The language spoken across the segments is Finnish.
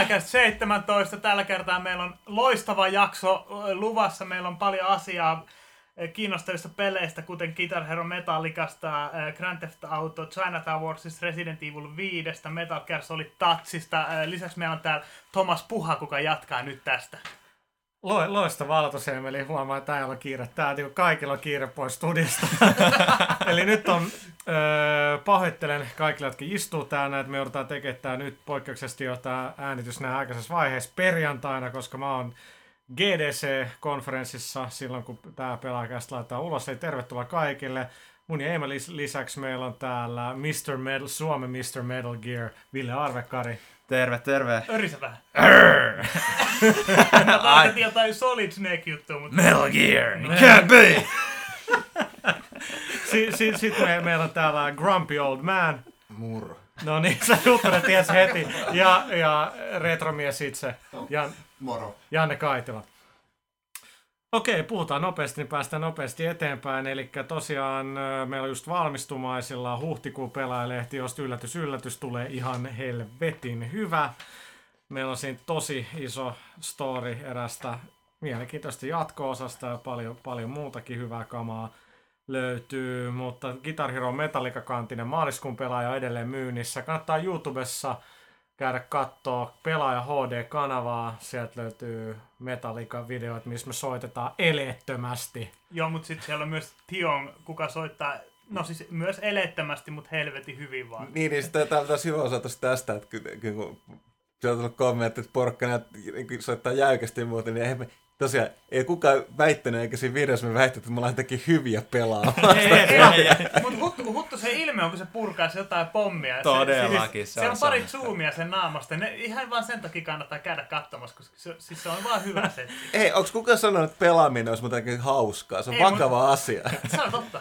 Peläkästä 17. Tällä kertaa meillä on loistava jakso luvassa. Meillä on paljon asiaa kiinnostavista peleistä, kuten Guitar Hero Metallicasta, Grand Theft Auto, Chinatown Warsista, Resident Evil 5, Metal Gear Solid Touchista. Lisäksi meillä on täällä Thomas Puha, kuka jatkaa nyt tästä. Loistava aloitus, Emeli. Huomaa, että täällä on kiire. Kaikilla on kiire pois studiosta. Eli nyt on, pahoittelen kaikille, jotka istuu täällä, että me joudutaan tekemään nyt poikkeuksellisesti jo tämä äänitys näin aikaisessa vaiheessa perjantaina, koska mä oon GDC-konferenssissa silloin, kun tämä Pelaajakästä laitetaan ulos. Eli tervetuloa kaikille. Mun ja Eemelin lisäksi meillä on täällä Suomen Mr. Metal Gear, Ville Arvekkari. Terve. Örisä vähän. Mä tarkoitin jotain Solid Snake-juttua, mutta... Metal Gear, can't be! Sitten meillä on täällä Grumpy Old Man. Murro. No niin, sä Juttunen tiesi heti. Ja retromies itse. Moro. Janne Kaitila. Okei, puhutaan nopeasti, niin päästään nopeasti eteenpäin. Eli tosiaan meillä on just valmistumaisilla huhtikuun pelaajalehti, josta yllätys tulee ihan helvetin hyvä. Meillä on siinä tosi iso story erästä mielenkiintoista jatko-osasta ja paljon muutakin hyvää kamaa löytyy. Mutta Guitar Hero Metallica-kantinen maaliskuun pelaaja on edelleen myynnissä. Kannattaa YouTubessa käydä kattoo Pelaaja HD-kanavaa. Sieltä löytyy Metallica-videoita, missä me soitetaan eleettömästi. Joo, mutta sitten siellä on myös Tion, kuka soittaa, no siis myös eleettömästi, mutta helvetin hyvin vaan. Niin sitten täällä on taas hyvä osoitus tästä, että kun se on tullut kommentti, että porkkana soittaa jäykästi ja muuta, niin tosiaan ei kukaan väittänyt, eikä siinä videossa me väittänyt, että me ollaan jotenkin hyviä pelaamaan. Mutta huttu se ilme on, kun se purkaa se jotain pommia. Todellakin. Se on pari zoomia sen naamasta. Ne ihan vaan sen takia kannattaa käydä katsomassa, koska se on vaan hyvä setti. Ei, onko kukaan sanonut, että pelaaminen olisi jotenkin hauskaa? Se on vakava asia. Se on totta.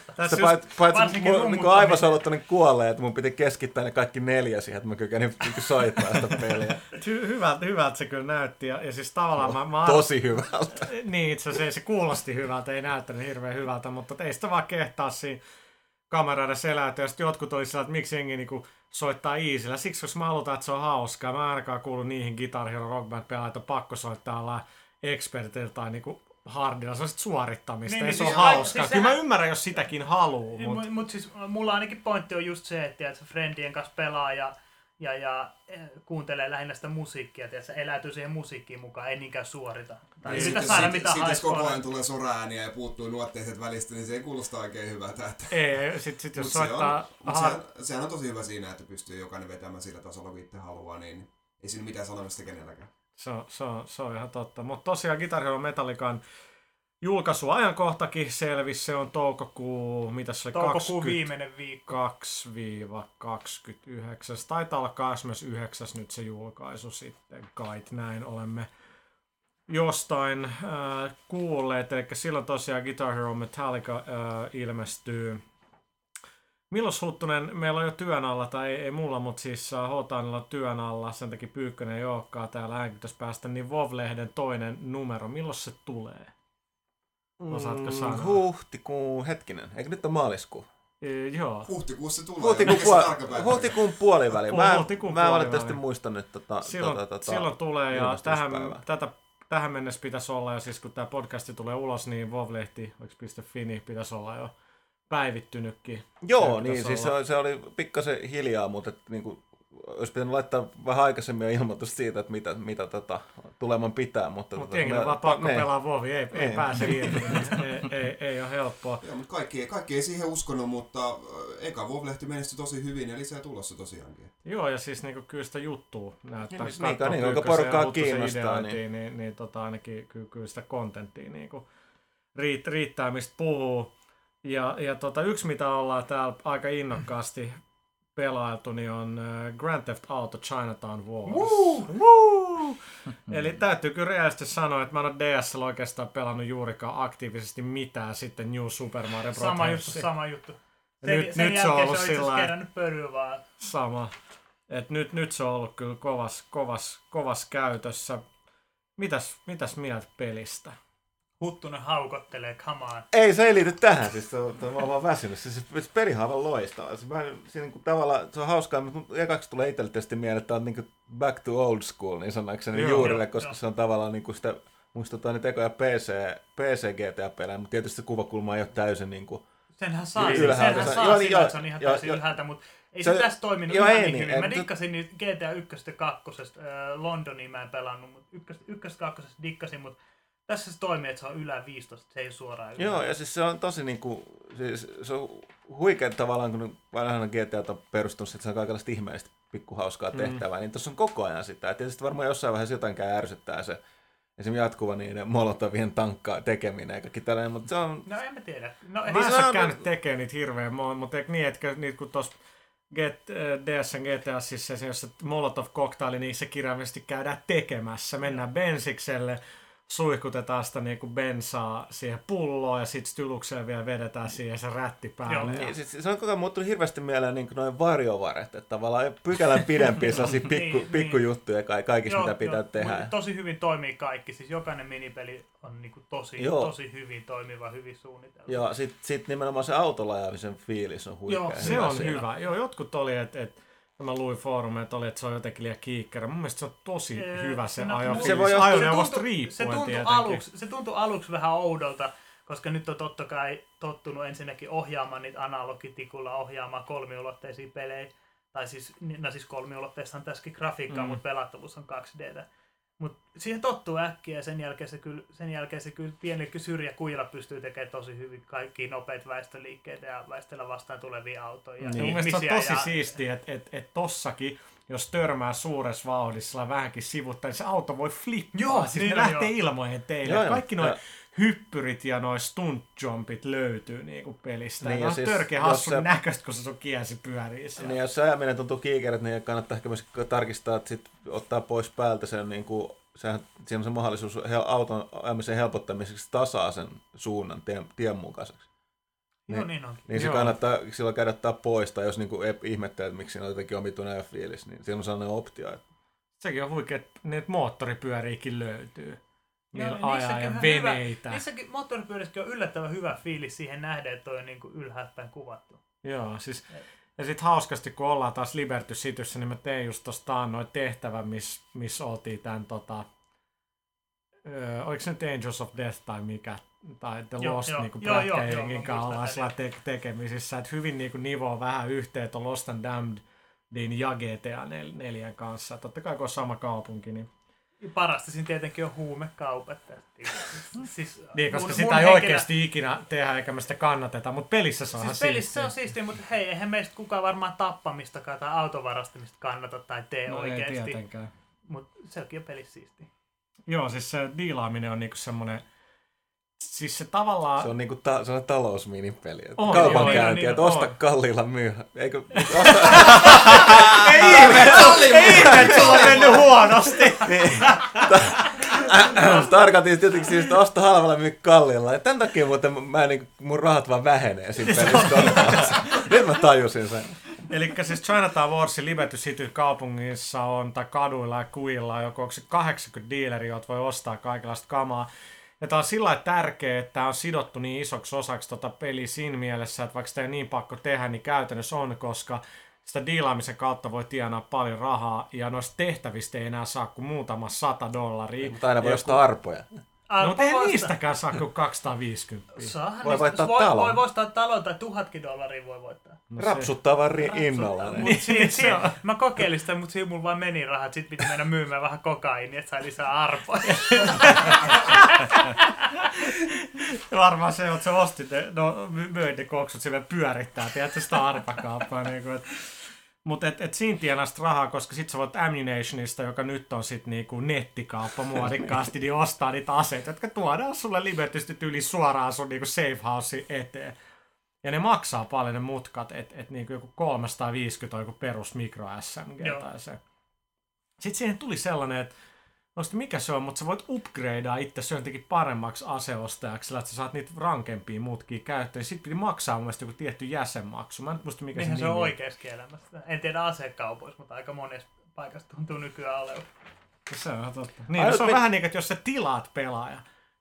Paitsi mun aivosoluttanut kuolee, että mun piti keskittää ne kaikki 4 siihen, että mä kykenin soittaa sitä peliä. Hyvältä se kyllä näytti. Ja siis tavallaan tosi hyvältä. Niin, itse asiassa se kuulosti hyvältä, ei näyttänyt hirveän hyvältä, mutta ei sitä vaan kehtaa siinä kameraiden selätä. Ja sitten jotkut oli sillä, että miksi jengi niinku soittaa easyllä. Siksi, koska mä halutaan, että se on hauskaa. Mä ainakaan kuulun niihin Guitar Hero Rock Band -pelaajille, että on pakko soittaa ollaan expertillä tai niinku hardilla. Se on sit suorittamista, ei se ole hauskaa. Siis kyllä mä ymmärrän, jos sitäkin haluu. Mutta siis mulla ainakin pointti on just se, että se friendien kanssa pelaa ja kuuntelee lähinnä sitä musiikkia, että se eläytyy siihen musiikkiin mukaan, ei niinkään suorita. Tai sitä saada mitä haiskaa. Jos koko ajan tulee soraääniä ja puuttuu nuotteiset välistä, niin se ei kuulosta oikein hyvältä. Ei, sit jos soittaa... Sehän on tosi hyvä siinä, että pystyy jokainen vetämään sillä tasolla, kun itse haluaa, niin ei siinä mitään sanomista kenelläkään. Se on ihan totta. Mutta tosiaan Guitar Hero Metallican julkaisuajankohtakin selvisi, se on toukokuu, mitäs se oli? Toukokuu viimeinen viikko. 2-29. Taitaa olla 29. nyt se julkaisu sitten, kait näin olemme jostain kuulleet. Eli silloin tosiaan Guitar Hero Metallica ilmestyy. Milloin Huttunen, meillä on jo työn alla, tai ei mulla, mutta siis Hotanilla on työn alla, sen takia Pyykkönen ei olekaan täällä äänkytössä päästä, niin WoW-lehden toinen numero, milloin se tulee? Osaatko sanoa? Huhtikuun, hetkinen, eikö nyt ole maaliskuu? Joo. Huhtikuussa tulee. Huhtikuun puoliväli. Mä valitettavasti muistan nyt silloin tulee ja tähän mennessä pitäisi olla, ja siis kun tämä podcasti tulee ulos, niin WoW-lehti, .fi, pitäisi olla jo päivittynytkin. Joo, niin siis se oli pikkasen hiljaa, mutta niinku, olisi pitänyt laittaa vähän aikaisemmin ilmoitus siitä, että mitä tuleman pitää. Mutta jengi on vaan pakko pelaa WoWia, ei pääse irti. ei ole helppoa. Joo, mutta kaikki ei siihen uskonut, mutta eka WoW-lehti menestyi tosi hyvin ja lisää tulossa tosiaankin. Joo, ja siis niinku, kyllä sitä juttua näyttää. Niin, onko porukkaa kiinnostaa. Niin ainakin kyllä sitä kontenttia niinku riittää, mistä puhuu. Ja yksi, mitä ollaan täällä aika innokkaasti pelailtu, niin on Grand Theft Auto Chinatown Wars. Eli täytyy kyllä reaalisesti sanoa, että mä en ole DS:llä oikeastaan pelannut juurikaan aktiivisesti mitään sitten New Super Mario Bros. Sama juttu. Nyt se on ollut sillä kerännyt pölyä vaan. Sama. Et nyt se on ollut kyllä kovas käytössä. Mitäs mieltä pelistä? Huttunen haukottelee, come on. Ei, se ei liity tähän, siis se on vaan väsynyt. Se pelihan on aivan loistava. Se niin tavallaan, se on hauskaa, mutta ekaksi tulee itselle tietysti mieleen, että on niin back to old school, niin sanakseni juurille, koska se on tavallaan niin sitä, muistutaan niitä ekoja PC GTA-pelejä, mutta tietysti se kuvakulma ei ole täysin niin kuin Senhän saa sillä, että se on ihan täysin ylhäältä, mutta ei se tässä toiminut ihan niin hyvin. Mä dikkasin niitä GTA 1 ja 2, Londonia mä en pelannut, mutta 1 ja 2 dikkasin, mutta tässä se toimii, että se on ylä 15, se ei suoraan ylä. Joo, ja siis se on tosi niinku, siis se on huikea tavallaan, kun vanhana GTA on perustunut, että se on kaikenlaista ihmeellistä pikkuhauskaa tehtävää, niin tuossa on koko ajan sitä. Ja tietysti varmaan jossain vaiheessa jotain ärsyttää se esimerkiksi jatkuva niiden molotovien tankkaa tekeminen ja kaikki tällainen, mutta se on... No en mä tiedä. No, mä en saa käynyt tekemään niitä hirveän mutta eikö niin, että niitä kun tuossa DS:n GTA:ssa jossa Molotov Cocktaili, niin se kirjaimellisesti käydään tekemässä. Mennään bensikselle, suihkutetaan sitä niinku bensaa siihen pulloon ja sitten stylukseen vielä vedetään siihen se rätti päälle. Niin, se on koko ajan muuttunut hirveästi mieleen niin noin varjovaret, että tavallaan pykälän pidempiä sellaisia pikkujuttuja kaikista, mitä pitää tehdä. Tosi hyvin toimii kaikki, siis jokainen minipeli on niinku tosi hyvin toimiva, hyvin suunniteltu. Joo, sit nimenomaan se autolla ajamisen fiilis on huikea. Joo, se on hyvä. Joo, jotkut oli, että mä luin foorumeita, että se on jotenkin liian kiikkerä. Mun mielestä se on tosi hyvä se ajoneuvosta riippuen. Se tuntui aluksi vähän oudolta, koska nyt on totta kai tottunut ensinnäkin ohjaamaan niitä analogitikulla ohjaamaan kolmiulotteisia pelejä. Tai siis kolmiulotteista on tässäkin grafiikkaa, mutta pelattavuus on 2D:tä. Mutta siihen tottuu äkkiä ja sen jälkeen se kyllä pieni syrjäkuilla pystyy tekemään tosi hyvin kaikkia nopeita väistöliikkeitä ja väistellä vastaan tulevia autoja. Mun mielestä se on tosi siistiä, että tossakin, jos törmää suuressa vauhdissa vähänkin sivuttaa, niin se auto voi flippaa. Joo, siis ne lähtee ilmoihin teille. Kaikki nuo hyppyrit ja nuo stunt jumpit löytyy niinku pelistä. Niin, on siis, törkeä hassun näköistä, kun se sun kiesi pyörii siellä. Niin, jos se ajaminen tuntuu kiikerät, niin kannattaa ehkä myös tarkistaa, että sit ottaa pois päältä sen, niin kuin, siinä on se mahdollisuus auton ajamisen helpottamiseksi tasaa sen suunnan tien mukaiseksi. Joo, niin onkin. Niin se kannattaa silloin käydä ottaa pois, tai jos niinku ihmettelee, että miksi siinä on jotenkin omituinen fiilis, niin siinä on sellainen optio. Että... Sekin on huikea, että niitä moottoripyöriäkin löytyy. Niillä ajaa ja veneitä. Niissäkin moottoripyörissäkin on yllättävän hyvä fiilis siihen nähden, että toi on niin ylhäältä päin kuvattu. Joo, siis... Ja sitten hauskasti, kun ollaan taas Liberty Cityssä, niin mä tein just tosta taannoin tehtävän, missä oltiin tämän oliko se nyt Angels of Death tai mikä, tai The Lost niinku Brad kanssa ollaan sillä tekemisissä, että hyvin niinku nivoo vähän yhteen tuon Lost and Damnedin ja GTA 4 kanssa. Totta kai kun on sama kaupunki, niin... Parasta siinä tietenkin on huumekaupat. Siis, niin, koska sitä ei oikeasti ikinä tehdä eikä me sitä kannateta, mutta pelissä se on siis pelissä se on siistiä, mutta hei, eihän meistä kukaan varmaan tappamistakaan tai autovarastamista kannata tai tee oikeasti. Ei tietenkään. Mutta sekin on pelissä siistiä. Joo, siis se diilaaminen on niinku semmoinen... Siis se tavallaan... Se on niinku sellainen talousminipeli. Kaupankäynti, että osta kalliilla myy. Eikö... Ei ihme, että sulla on mennyt huonosti. Tarkoitin tietenkin siis, että osta halvalla myy kalliilla. Ja tämän takia muuten mun rahat vaan vähenee siinä pelissä. Nyt mä tajusin sen. Eli siis Chinatown Warsin Liberty City kaupungissa on, tai kaduilla ja kuilla, joko 80 dealeria, joita voi ostaa kaikenlaista kamaa. Ja tää on sillä lailla tärkeä, että tää on sidottu niin isoksi osaksi peliä siinä mielessä, että vaikka sitä ei niin pakko tehdä, niin käytännössä on, koska sitä diilaamisen kautta voi tienaa paljon rahaa, ja noista tehtävistä ei enää saa kuin muutama $100. Mutta aina voi ostaa arpoja. No mutta eihän niistäkään saa kuin 250. Voi voittaa talon. Voi voittaa talon tai $1,000 voi voittaa. No rapsuttaa vaan innolla. Mä kokeilin sitä, mutta siinä mulla vaan meni rahat. Sitten piti mennä myymään vähän kokainia, että sai lisää arpoja. Varmaan se, että se osti möi ne koksut, se pyörittää, tiedätkö sitä arpakauppaa. Niin mutta siinä tienasta rahaa, koska sit sä voit Ammunitionista, joka nyt on sit niinku nettikauppa muodikkaasti, niin ostaa niitä aseita, jotka tuodaan sulle Libertysti yli suoraan sun niinku safe house eteen. Ja ne maksaa paljon ne mutkat, että niinku joku 350 on joku perus micro SMG tai se. Sitten siihen tuli sellainen, että mikä se on, mutta sä voit upgradea itse jotenkin paremmaksi aseostajaksi, että sä saat niitä rankempia mutkia käyttöön. Sitten piti maksaa mun mielestä joku tietty jäsenmaksu. Mä en muista mikä niinhän se nimi on oikeassa elämässä. En tiedä asekaupoissa, mutta aika monessa paikassa tuntuu nykyään olevan. Se on totta. Niin, se on vähän niin kuin, että jos sä tilaat pelaaja,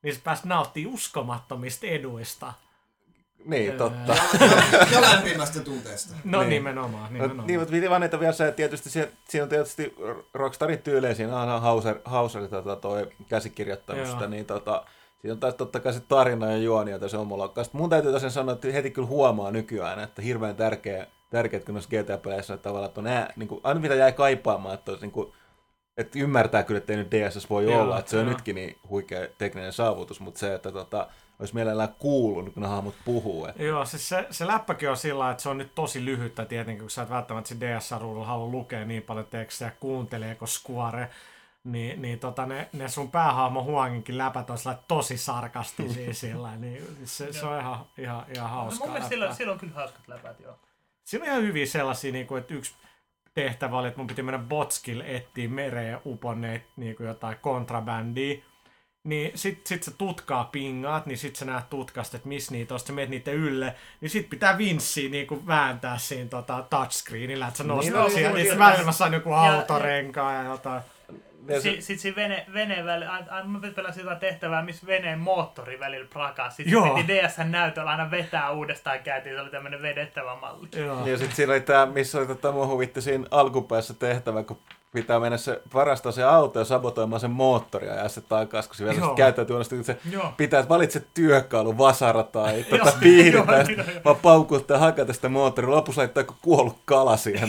niin sä pääsit nauttimaan uskomattomista eduista. Niin, totta. Ja lämpimästä tunteesta. No Niin. nimenomaan. Niin, mutta piti vaan niitä vielä se, että tietysti siinä on tietysti Rockstarin tyyliä, siinä on Hauser toi käsikirjoittamista, Joo. niin siinä on taas totta kai se tarina ja juoni, jota se on mulla. Mun täytyy tosiaan sanoa, että heti kyllä huomaa nykyään, että hirveän tärkeä kun noissa GTA-peleissä on tavallaan, että on niin kuin, aina mitä jäi kaipaamaan, että olisi niin kuin, että ymmärtää kyllä, että ei nyt DSS voi olla, että se on nytkin niin huikea tekninen saavutus, mutta se, että olisi mielellään kuullut, kun ne hahmot puhuu. Että... Joo, siis se läppäkin on sillä, että se on nyt tosi lyhyttä tietenkin, kun sä et välttämättä se DSR-ruudulla halua lukea niin paljon tekstiä, kuunteleeko Square, niin ne sun päähahmo Huanginkin läpät on tosi sarkastisia sillä, niin se on ihan hauskaa. Mun mielestä sillä on kyllä hauskat läpät, joo. Siinä on ihan hyviä sellaisia, niin kuin, että yksi tehtävä oli, että mun piti mennä Botskille etsiä mereen uponneet niin kuin jotain kontrabandia. Niin sit sä tutkaa pingaat, niin sit sä näet tutkasta, että missä niitä on, sit sä meet niiden ylle, niin sit pitää vinssiä niinku vääntää siinä touchscreenillä, että sä nostat siihen, niin sit välillä mä sain joku autorenkaa ja jotain. Sitten siinä veneen välillä, mä pelasin jotain tehtävää, missä veneen moottori välillä prakaa. Sitten piti DSN-näytöllä aina vetää uudestaan käyntiin, se oli tämmönen vedettävä malli. Joo. Ja sitten siinä oli tämä, missä oli mua huvitti siinä alkupäässä tehtävä, kun pitää mennä varastaa se auto ja sabotoimaan sen moottoria ja se takaisin, kun se vielä käyttäytyy onnistu, että se pitää, että valitset työkalu, vasara tai piiri tai vaan paukuttaa hakata sitä moottoria. Lopussa laittaa joku kuollut kala siihen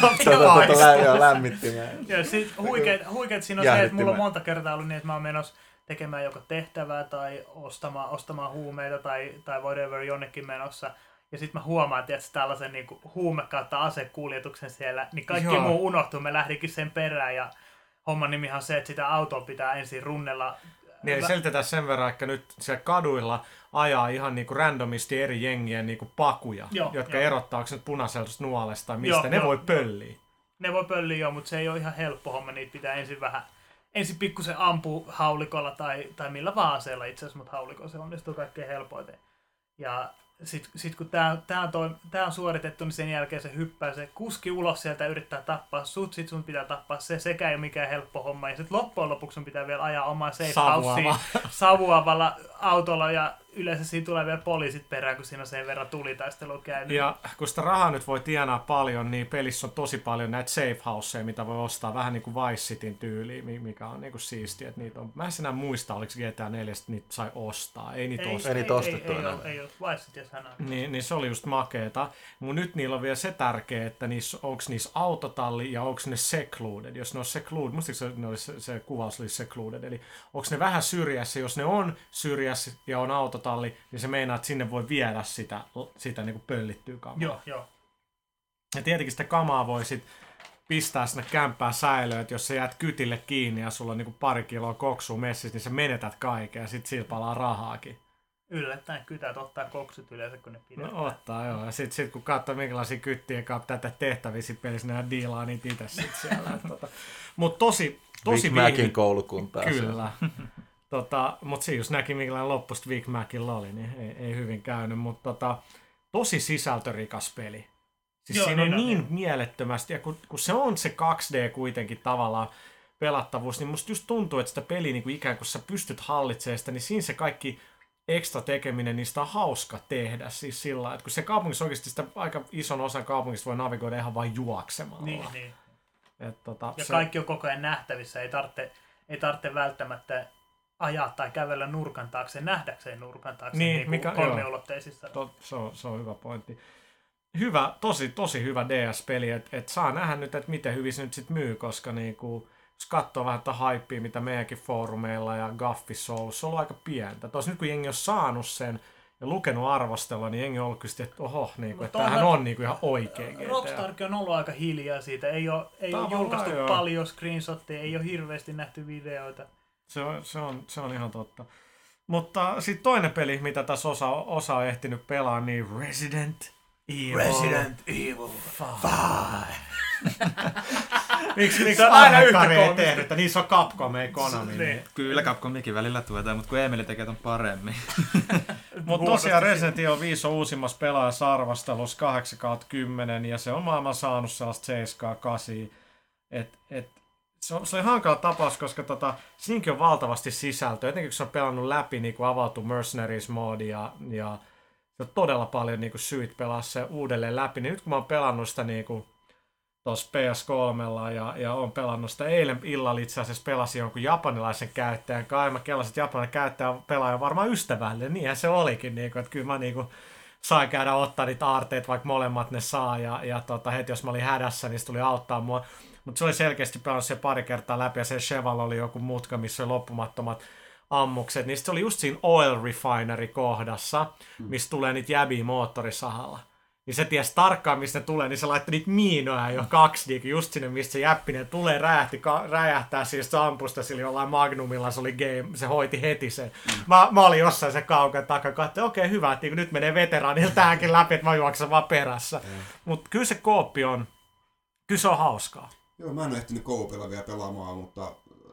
lämmittimään. Joo, sit huikeet siinä on se, että mulla on monta kertaa ollut niin, että mä oon menossa tekemään joko tehtävää tai ostamaan huumeita tai whatever jonnekin menossa. Ja sitten mä huomaan, että tällaisen niinku huume kautta asekuljetuksen siellä, niin kaikki muu unohtuu. Me lähdinkin sen perään ja homman nimihan on se, että sitä autoa pitää ensin runnella. Niin ei selitetään sen verran, että nyt siellä kaduilla ajaa ihan niinku randomisti eri jengien niinku pakuja, jotka erottaa, onko se nyt punaiselta nuolesta tai mistä, ne voi pölliä. Ne voi pölliä joo, mutta se ei ole ihan helppo homma, niitä pitää ensin pikkusen ampua haulikolla tai millä vaan aseella itse asiassa, mutta haulikolla se onnistuu kaikkein helpoiten. Ja sit kun tää on suoritettu, niin sen jälkeen se hyppää se kuski ulos sieltä ja yrittää tappaa sut, sit sun pitää tappaa se, sekä ei ole mikään helppo homma. Ja sit loppujen lopuksi sun pitää vielä ajaa omaa safe housea savuavalla autolla ja yleensä siinä tulee vielä poliisit perään, kun siinä on sen verran tulitaistelua käynyt. Ja kun sitä rahaa nyt voi tienaa paljon, niin pelissä on tosi paljon näitä safe houseja, mitä voi ostaa vähän niin kuin Vice Cityn tyyliin, mikä on niin kuin siistiä, että niitä on. Mä en enää muista, oliko GTA 4, että niitä sai ostaa. Ei niitä ostettu enää. Ei ole Vice City sanaa. Niin se oli just makeeta. Mutta nyt niillä on vielä se tärkeä, että onko niissä autotalli ja onko ne secluded. Jos ne on secluded, musta se kuvaus oli secluded, eli onko ne vähän syrjässä, jos ne on syrjässä ja on autotalli, niin se meinaa, että sinne voi viedä sitä niin kuin pöllittyä kamaa. Joo. Ja tietenkin sitä kamaa voi sit pistää sinne kämppään säilöön, että jos sä jäät kytille kiinni ja sulla on niin kuin 2 kiloa koksua messissä, niin sä menetät kaiken ja sit sillä palaa rahaakin. Yllättäen kytät ottaa koksut yleensä, kun ne pidetään. No ottaa, joo. Ja sit kun katsoo, minkälaisia kyttiä tätä tehtäviä siinä pelissä, ne diilaa niitä itse sit siellä. Mut tosi Big Macin koulukuntaa. Kyllä. Mutta se just näki, minkälainen loppusta Big Macilla oli, niin ei hyvin käynyt. Mutta tosi sisältörikas peli. Siis joo, siinä on niin mielettömästi, ja kun se on se 2D kuitenkin tavallaan pelattavuus, niin musta just tuntuu, että sitä peliä niin kuin ikään kuin sä pystyt hallitsemaan sitä, niin siinä se kaikki ekstra tekeminen, niin sitä on hauska tehdä. Siis sillä että kun se kaupungissa oikeasti sitä aika ison osan kaupungista voi navigoida ihan vain juoksemalla. Niin. Ja se... kaikki on koko ajan nähtävissä, ei tarvitse välttämättä ajaa tai kävellä nurkan taakse, nähdäkseen nurkan taakse niin kolmiulotteisissa. Se on hyvä pointti. Hyvä, tosi hyvä DS-peli, että saa nähdä nyt, että miten hyvin se nyt sit myy, koska niinku, jos katsoo vähän tätä hypeä, mitä meidänkin foorumeilla ja Gaffissa on ollut, se on ollut aika pientä. Nyt kun jengi on saanut sen ja lukenut arvostelua, niin jengi on ollut kyllä että oho, niinku, että tämähän on niinku ihan oikein GTA. Rockstarkin on ollut aika hiljaa siitä, ei ole julkaistu paljon screenshotteja, ei ole hirveästi nähty videoita. Se on ihan totta. Mutta sitten toinen peli, mitä tässä osa on ehtinyt pelaa, niin Resident Evil 5. Miksi se on aina yhtä tehnyt, että niissä on Capcom, ei Konami. Niin. Kyllä Capcomikin välillä tuetaan, mutta kun Emeli tekee ton paremmin. Mutta tosiaan Resident Evil 5 on uusimmassa pelaajasarvastelussa 8/10, ja se on maailman saanut sellaista 7/8. se oli hankala tapaus, koska siinäkin on valtavasti sisältöä. Etenkin kun se on pelannut läpi niin kuin avautu Mercenaries-moodi ja se on todella paljon niin kuin syyt pelaa se uudelleen läpi. Niin nyt kun mä oon pelannut sitä niin kuin tuossa PS3 ja on pelannut sitä eilen illalla itse asiassa pelasin jonkun japanilaisen käyttäjän kai. Mä kelasin, että japanilainen käyttäjä pelaaja varmaan ystävällinen. Niinhän se olikin, niin kuin, että kyllä mä niin kuin sain käydä ottaa niitä aarteita, vaikka molemmat ne saa. Ja heti jos mä olin hädässä, niin se tuli auttaa mua. Mutta se oli selkeästi pelannut se pari kertaa läpi ja se Cheval oli joku mutka, missä oli loppumattomat ammukset. Niin se oli just siinä Oil Refinery-kohdassa, missä tulee niitä jäbiä moottorisahalla. Niin se tiesi tarkkaan, mistä ne tulee, niin se laittoi niitä miinoja jo 2 niin just sinne, mistä se jäppinen tulee, räjähtää siis ampusta sillä jollain magnumilla, se oli game, se hoiti heti sen. Mä olin jossain se kaukan takaa, katsoin, okei, hyvä, että nyt menee veteraanilla tähänkin läpi, että mä juoksen vaan perässä. Mutta kyllä se kooppi on, kyllä se on hauskaa. Joo, mä en ole ehtinyt koopilla vielä pelaamaan, mutta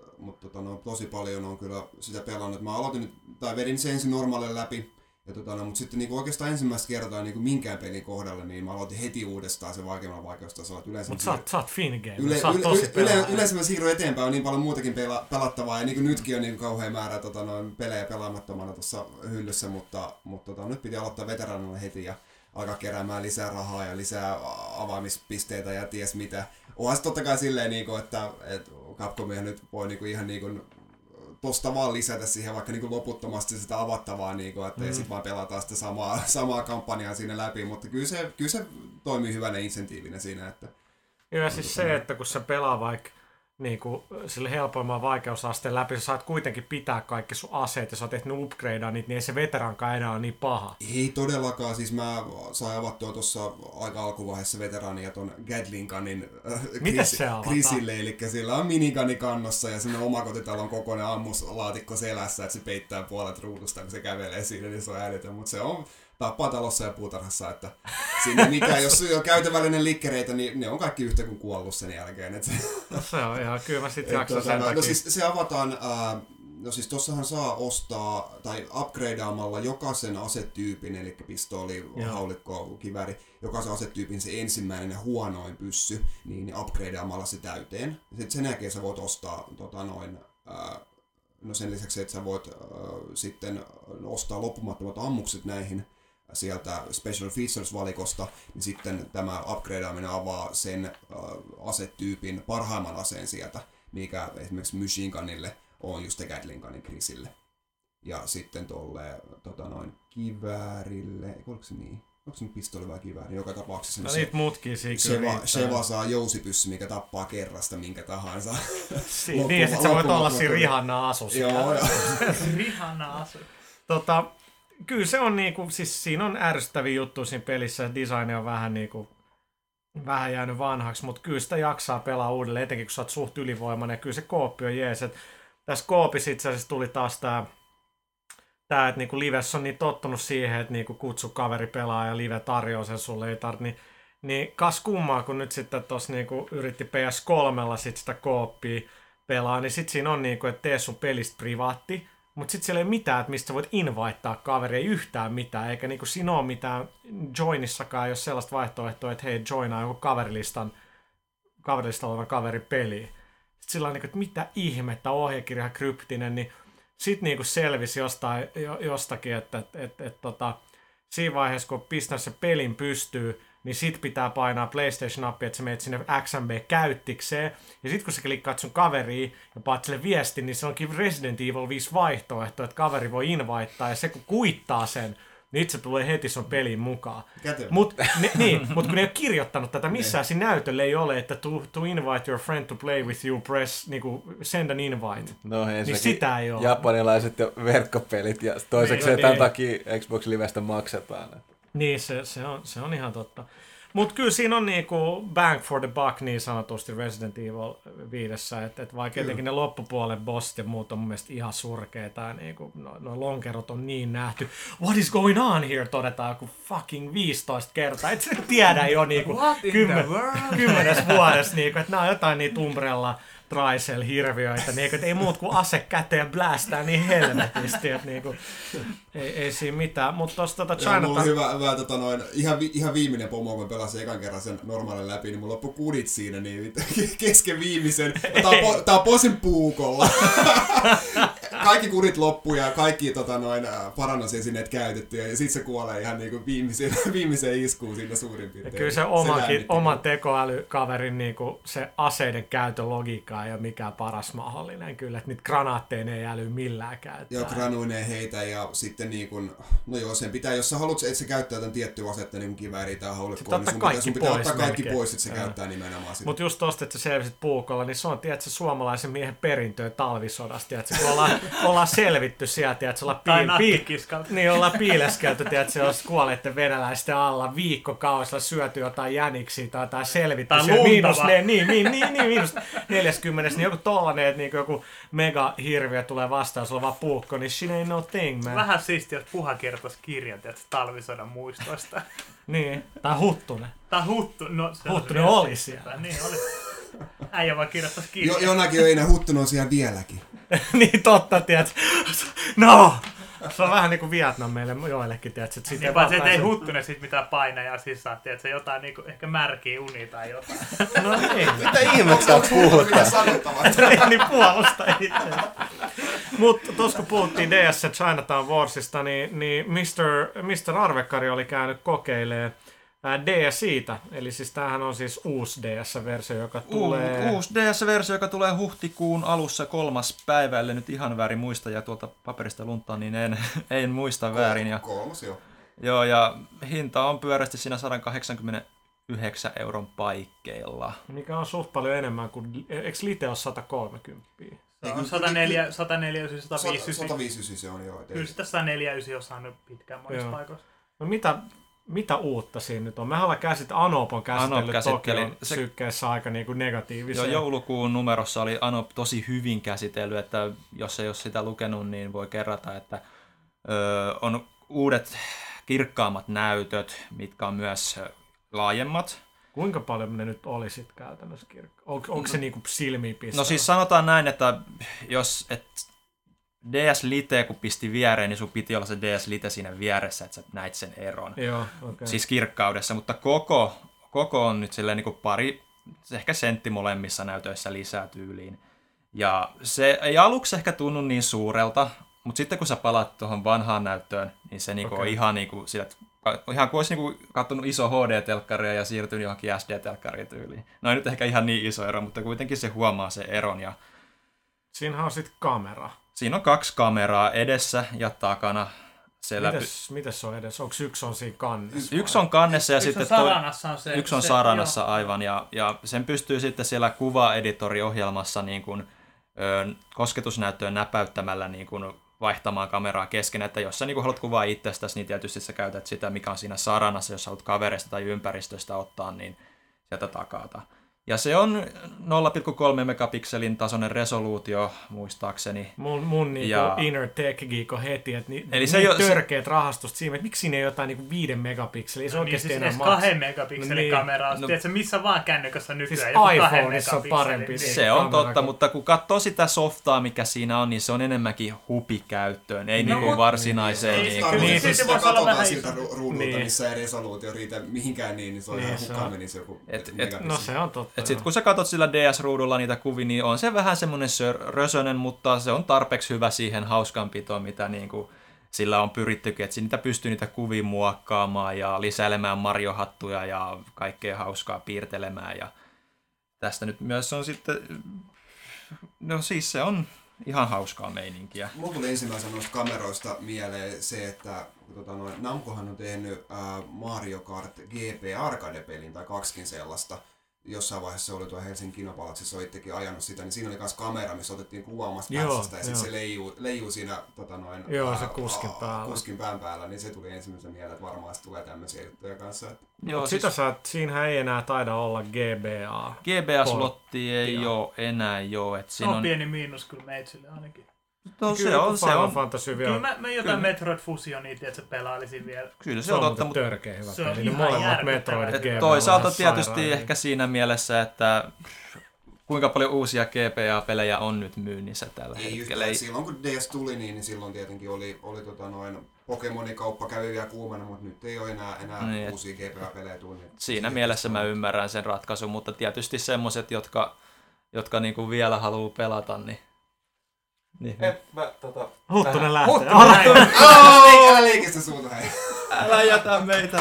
tosi paljon on kyllä sitä pelannut. Mä aloitin nyt, tai vedin sen ensin normaalille läpi. Mutta sitten niinku oikeastaan ensimmäistä kertaa niinku minkään pelin kohdalle, niin mä aloitin heti uudestaan se vaikeamman vaikeustasolla. Mutta sä oot Fingame, sä oot tosi pelaaja. Yleensä mä siirryn eteenpäin, on niin paljon muutakin pelattavaa, ja niinku nytkin on niinku kauhean määrä pelejä pelaamattomana tuossa hyllyssä, mutta nyt piti aloittaa veteraanilla heti ja alkaa keräämään lisää rahaa ja lisää avaamispisteitä ja ties mitä. Onhan se totta kai silleen, niinku, että Capcomia nyt voi niinku ihan niinku tosta vaan lisätä siihen vaikka niinku loputtomasti sitä avattavaa, niinku, että ei sit vaan pelataan sitä samaa kampanjaa siinä läpi, mutta kyllä se toimii hyvänä insentiivinä siinä. Että, ja siis se, että kun se pelaa vaikka niinku, sille helpoimman vaikeusasteen läpi, sä saat kuitenkin pitää kaikki sun aseet ja sä oot tehnyt upgradea niitä, niin ei se veterankaan enää ole niin paha. Ei todellakaan, siis mä sain avattua tuossa aika alkuvaiheessa veteraania ton Gatling Gunin Chrisille, eli sillä on minigani kannossa ja sinne omakotitalon kokoinen ammuslaatikko selässä, että se peittää puolet ruudusta, kun se kävelee siinä, niin se on älytön, mutta se on tappaa talossa ja puutarhassa, että siinä mikä, jos on käytävällinen likkereitä, niin ne on kaikki yhtä kuin kuollut sen jälkeen. Että se on ihan, kyllä mä sit jaksan sen takia. No siis se avataan, tossahan saa ostaa, tai upgradeaamalla jokaisen asetyypin, eli pistooli, haulikko, kivääri, jokaisen asetyypin se ensimmäinen ja huonoin pyssy, niin upgradeaamalla se täyteen. Sitten sen jälkeen sä voit ostaa no sen lisäksi, että sä voit sitten ostaa loppumattomat ammukset näihin sieltä Special Features-valikosta, niin sitten tämä upgradeaminen avaa sen asetyypin parhaimman aseen sieltä, mikä esimerkiksi Machine Gunille on just Gatling Gunin Chrisille. Ja sitten tolle kiväärille, oliko se niin? Onko se nyt pistooli vai kivääri? Joka tapauksessa no niitä mutkia siinä Sheva saa jousipyssy, mikä tappaa kerrasta minkä tahansa. Niin, ja sit sä voit olla siinä Rihanna-asussa. Joo. Rihanna-asu. Kyllä se on niinku, siis siinä on ärsyttäviä juttuja siinä pelissä, design on vähän niinku, vähän jäänyt vanhaksi, mutta kyllä sitä jaksaa pelaa uudelleen, etenkin kun sä oot suht ylivoimainen, ja kyllä se kooppi on jees. Tässä koopissa itse asiassa tuli taas tää, että niinku livessä on niin tottunut siihen, että niinku kutsu kaveri pelaa ja live tarjoaa sen sulle, ei tarvitse, niin kas kummaa, kun nyt sitten tossa niinku yritti PS3 sit sitä kooppia pelaa, niin sit siinä on niinku, että tee sun pelistä privaatti, mutta sitten siellä ei mitään, että mistä voit invittaa kaveri, ei yhtään mitään, eikä niinku siinä ole mitään, joinissakaan ei ole sellaista vaihtoehtoa, että hei, joinaa joku kaverilistalla olevan kaverin peliin. Sitten sillä on niinku, että mitä ihmettä, ohjekirja kryptinen, niin sitten niinku selvisi jostakin, että siinä vaiheessa, kun pistän sen pelin pystyy, niin sit pitää painaa PlayStation-appia, että sä menet sinne XMB-käyttikseen. Ja sit kun sä klikkaat sun kaveriin ja paat sille viestin, niin se onkin Resident Evil 5 vaihtoehto, että kaveri voi invittaa. Ja se kun kuittaa sen, niin itse tulee heti sun peliin mukaan. Mutta kun ne ei ole kirjoittanut tätä, missään siinä näytöllä ei ole, että to invite your friend to play with you, press, niinku, send an invite. No niin sitä ei ole. Japanilaiset ja verkkopelit ja toiseksi tämän takia Xbox Livestä maksetaan. Niin, se on ihan totta. Mutta kyllä siinä on niinku bang for the buck niin sanotusti Resident Evil 5, että vaikka etenkin ne loppupuolen bossit ja muut on mun mielestä ihan surkeita, niinku, no lonkerot on niin nähty. What is going on here? Todetaan joku fucking 15 kertaa. Et sä tiedä jo niinku 10 vuodessa, niinku, että nämä on jotain niitä Umbrella Tricel-hirviöitä, niin ei muut kuin ase käteen ja blästää niin helvetisti, että niinku, ei siinä mitään. Mutta tuossa mulla on hyvä ihan viimeinen pomo, kun pelasin ekan kerran sen normaalin läpi, niin mulla loppui kudit siinä, niin kesken viimeisen. Tää on posin puukolla. Kaikki kudit loppuu ja kaikki parannusesineet käytetty, ja sit se kuolee ihan niinku viimeiseen iskuun siinä suurin piirtein. Ja kyllä se oman tekoälykaverin niinku, se aseiden käytön logiikka ei ole mikään paras mahdollinen kyllä, että niitä granaatteja ei äly millään käyttää. Joo, granuineen heitä ja sitten niinku, no joo, sen pitää, jos sä haluat, että se käyttää tämän tiettyä asetta, niin kuin kivääriä tai haulikoa, niin sun pitää ottaa kaikki pois, että se käyttää nimenomaan sitä. Mutta just tosta, että sä selvisit puukolla, niin se on, tiedätkö, suomalaisen miehen perintöä talvisodasta, tiedätkö, kun ollaan selvitty sieltä, että ollaan piileskelty, tiedätkö, jos kuolleiden venäläisten alla viikkokausilla syöty jotain jäniksiä tai jotain selvitty. Tai miinus 40, niin joku tollanen, että niinku joku mega-hirviö tulee vastaan, sulla on vaan puukko, niin she ain't no thing, man. Vähän siistiä, jos Puha kertoisi kirjan, talvisodan muistoista. Niin, tai Huttunen. Huttunen oli siellä. Niin oli. Äijä vaan kirjoittaisi kirjan. Jonakin ei enää Huttunen on siellä vieläkin. Niin totta, tiedätkö. No! Se on vähän niinku Vietnam meille joillekin, tiedätkö. Niin, vaan se ei Huttunen sit mitään painajaa sisään, tiedätkö, jotain niinku ehkä märkiä unia tai jotain. No ei. Mitä ihmettä puhutaan? Niin puolusta itse. Mutta tuossa kun puhuttiin DS Chinatown Warsista, niin Mr. Arvekkari oli käynyt kokeilemaan DSi:tä, eli siis tämähän on siis uusi DS-versio, joka tulee... Uusi DS-versio, joka tulee huhtikuun alussa 3. päivä, ellei nyt ihan väärin muista, ja tuolta paperista luntaan, niin en muista väärin. Ja, 3, joo. Joo, ja hinta on pyörästi siinä 189 euron paikkeilla. Mikä on suht paljon enemmän kuin... Eikö Lite ole 130? Se on 104, 150, 159 se on, joo. Kyllä sitä 149 on saanut pitkään monissa paikoissa. No mitä uutta siinä nyt on? Mehän ollaan Anop on käsitellyt Tokion sykkeessä aika niinku negatiivisia. Joo, joulukuun numerossa oli Anop tosi hyvin käsitellyt, että jos ei ole sitä lukenut, niin voi kerrata, että on uudet kirkkaammat näytöt, mitkä on myös laajemmat. Kuinka paljon ne nyt oli sitten käytännössä Onko se niinku silmiin pistää? No siis sanotaan näin, että jos DS Lite kun pisti viereen, niin sun piti olla se DS Lite siinä vieressä, että sä näit sen eron. Joo, okay. Siis kirkkaudessa, mutta koko on nyt silleen niin kuin pari, ehkä sentti molemmissa näytöissä lisää tyyliin. Ja se ei aluksi ehkä tunnu niin suurelta, mutta sitten kun sä palaat tuohon vanhaan näyttöön, niin se niinku on ihan niin kuin sillä, ihan kuin olisi niinku katsonut iso HD-telkkaria ja siirtynyt johonkin SD-telkkariin tyyliin. No ei nyt ehkä ihan niin iso ero, mutta kuitenkin se huomaa sen eron. Ja siinähän on sitten kamera. Siinä on 2 kameraa edessä ja takana. Mites se on edessä? Onko yksi on siinä kannessa? Yksi on kannessa ja sitten yksi on saranassa aivan. Ja sen pystyy sitten siellä kuvaeditoriohjelmassa niin kuin, kosketusnäyttöön näpäyttämällä niin kuin vaihtamaan kameraa kesken, että jos sä niin kuin haluat kuvaa itsestäsi, niin tietysti sä käytät sitä, mikä on siinä saranassa, jos haluat kavereista tai ympäristöstä ottaa, niin sieltä takata. Ja se on 0,3 megapikselin tasoinen resoluutio, muistaakseni. Mun niinku inner tech geek on heti, että eli se törkeät rahastusta siinä, että miksi siinä ei jotain niinku 5 megapikseliä, se oikeasti siis enää maksaa. 2 megapikselin kameraa, tiedätkö missä vaan kännykässä nykyään siis joku 2 iPhoneissa on parempi. Niin. Se on totta, mutta kun katsoo sitä softaa, mikä siinä on, niin se on enemmänkin hupikäyttöön, ei niinku varsinaiseen. Niin, siis sitä katsotaan siltä ruudulta, missä ei resoluutio riitä mihinkään niin se on ihan hukkaan menisi joku megapikseli. No se on totta. Sitten kun sä katsot sillä DS-ruudulla niitä kuvia, niin on se vähän semmoinen rösönen, mutta se on tarpeeksi hyvä siihen hauskanpitoon, mitä niinku sillä on pyrittykin, että niitä pystyy niitä kuvia muokkaamaan ja lisäilemään Mario-hattuja ja kaikkea hauskaa piirtelemään. Ja tästä nyt myös on sitten, no siis se on ihan hauskaa meininkiä. Mulla tuli ensimmäisenä noista kameroista mieleen se, että Namcohan on tehnyt Mario Kart GP Arcade-pelin tai 2 sellaista. Jossain vaiheessa se oli tuo Helsingin Kinopalatsissa, itsekin ajanut sitä, niin siinä oli myös kamera, missä otettiin kuva omasta pätsästä ja sitten se leijuu siinä se kuskin pään päällä, niin se tuli ensimmäisenä mieleen, että varmaan tulee tämmöisiä juttuja kanssa. Joo, sitä siinähän ei enää taida olla GBA. GBA-slotti ei ole enää se on pieni miinus kyllä meitsille ainakin. No, se on Fantasy vielä. Kyllä mä jotain Metroid Fusionia, että se pelailisin vielä. Kyllä se on totta, mutta törkeä hyvä se on peli. Molemmat Metroidit GBA. Toisaalta tietysti ehkä siinä mielessä, että kuinka paljon uusia GBA-pelejä on nyt myynnissä tällä Ei hetkellä. yhtään. Silloin kun DS tuli, niin silloin tietenkin oli Pokemonin kauppa kävi vielä kuumana, mutta nyt ei ole enää Niin, uusia GBA-pelejä tullut. Siinä mielessä mä ymmärrän sen ratkaisun, mutta tietysti semmoset, jotka niinku vielä haluaa pelata, niin Huttunen lähtee. Älä liikistä suuta, hei. älä jätä meitä.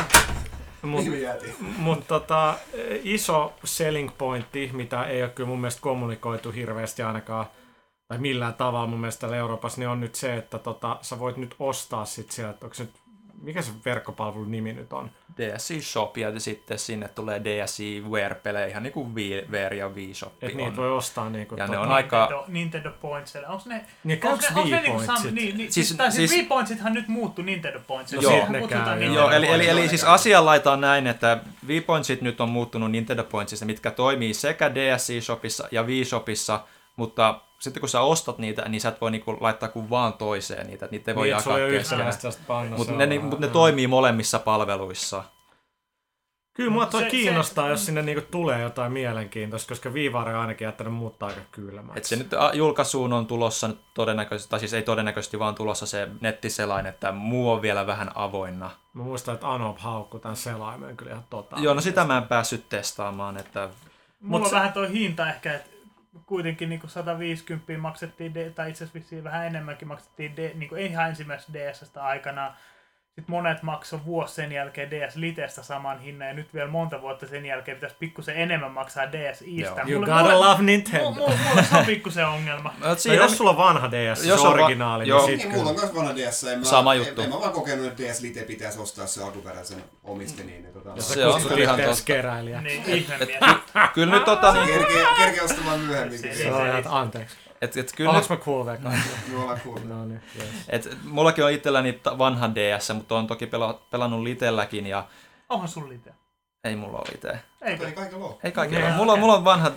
Mutta iso selling pointti, mitä ei ole kyllä mun mielestä kommunikoitu hirveästi ainakaan, tai millään tavalla mun mielestä täällä Euroopassa, niin on nyt se, että sä voit nyt ostaa sit sieltä, onko se nyt, mikä se verkkopalvelun nimi nyt on? DSi Shop ja sitten sinne tulee DSi Wear-pelejä, ihan niinku VR ja Wii Shop. Että niitä voi ostaa niinku... Ja ne on aika... Nintendo Pointsille. Onko ne... Niin käykö Wii-pointsit? Siis Wii-pointsithan nyt muuttui Nintendo Pointsille. Joo, ne käy. Joo, eli siis asianlaita on näin, että Wii-pointsit nyt on muuttunut Nintendo Pointsista, mitkä toimii sekä DSi Shopissa ja Wii Shopissa, mutta sitten kun sä ostat niitä, niin sä et voi niinku laittaa kuin vaan toiseen niitä, että niitä ei voi jakaa keskenään. Mutta ne toimii molemmissa palveluissa. Kyllä mua toi kiinnostaa, jos sinne niinku tulee jotain mielenkiintoista, koska Viivare on ainakin jättänyt muuttaa aika kylmäksi. Et se nyt julkaisuun on tulossa nyt todennäköisesti, tai siis ei todennäköisesti vaan tulossa se nettiselain, että muu on vielä vähän avoinna. Mä muistan, että Anop haukkui tämän selaimen kyllä ihan Joo, no sitä mä en päässyt testaamaan, että... Mulla on vähän toi hinta ehkä, että kuitenkin niin 150 maksettiin, tai itse asiassa vissiin vähän enemmänkin maksettiin, niin ei ihan ensimmäisestä DS:stä aikana. Sitten monet maksoi vuosi sen jälkeen DS Litestä saman hinnan, ja nyt vielä monta vuotta sen jälkeen pitäisi pikkusen enemmän maksaa DSi:stä. You gotta love Nintendo. Mulla se on pikkusen ongelma. No, jos sulla on vanha DS, se originaali, niin sit niin, mulla on myös vanha DS. Sama juttu. En mä vaan kokenut, että DS Lite pitäisi ostaa se alkuperäisen omisti. Se on kyllä ihan keräilijä. Niin, ihmemies. Kyllä nyt Kerke ostamaan myöhemmin. Anteeksi. Kyllä ollaanko mä cool vielä? Me ollaan cool. No niin, yes. Mullakin on itselläni vanha DS, mutta on toki pelannut Litelläkin. Ja... Onhan sun Lite? Ei mulla ole Lite. Ei kaikilla ole. Ei kaikilla ole. Mulla on vanha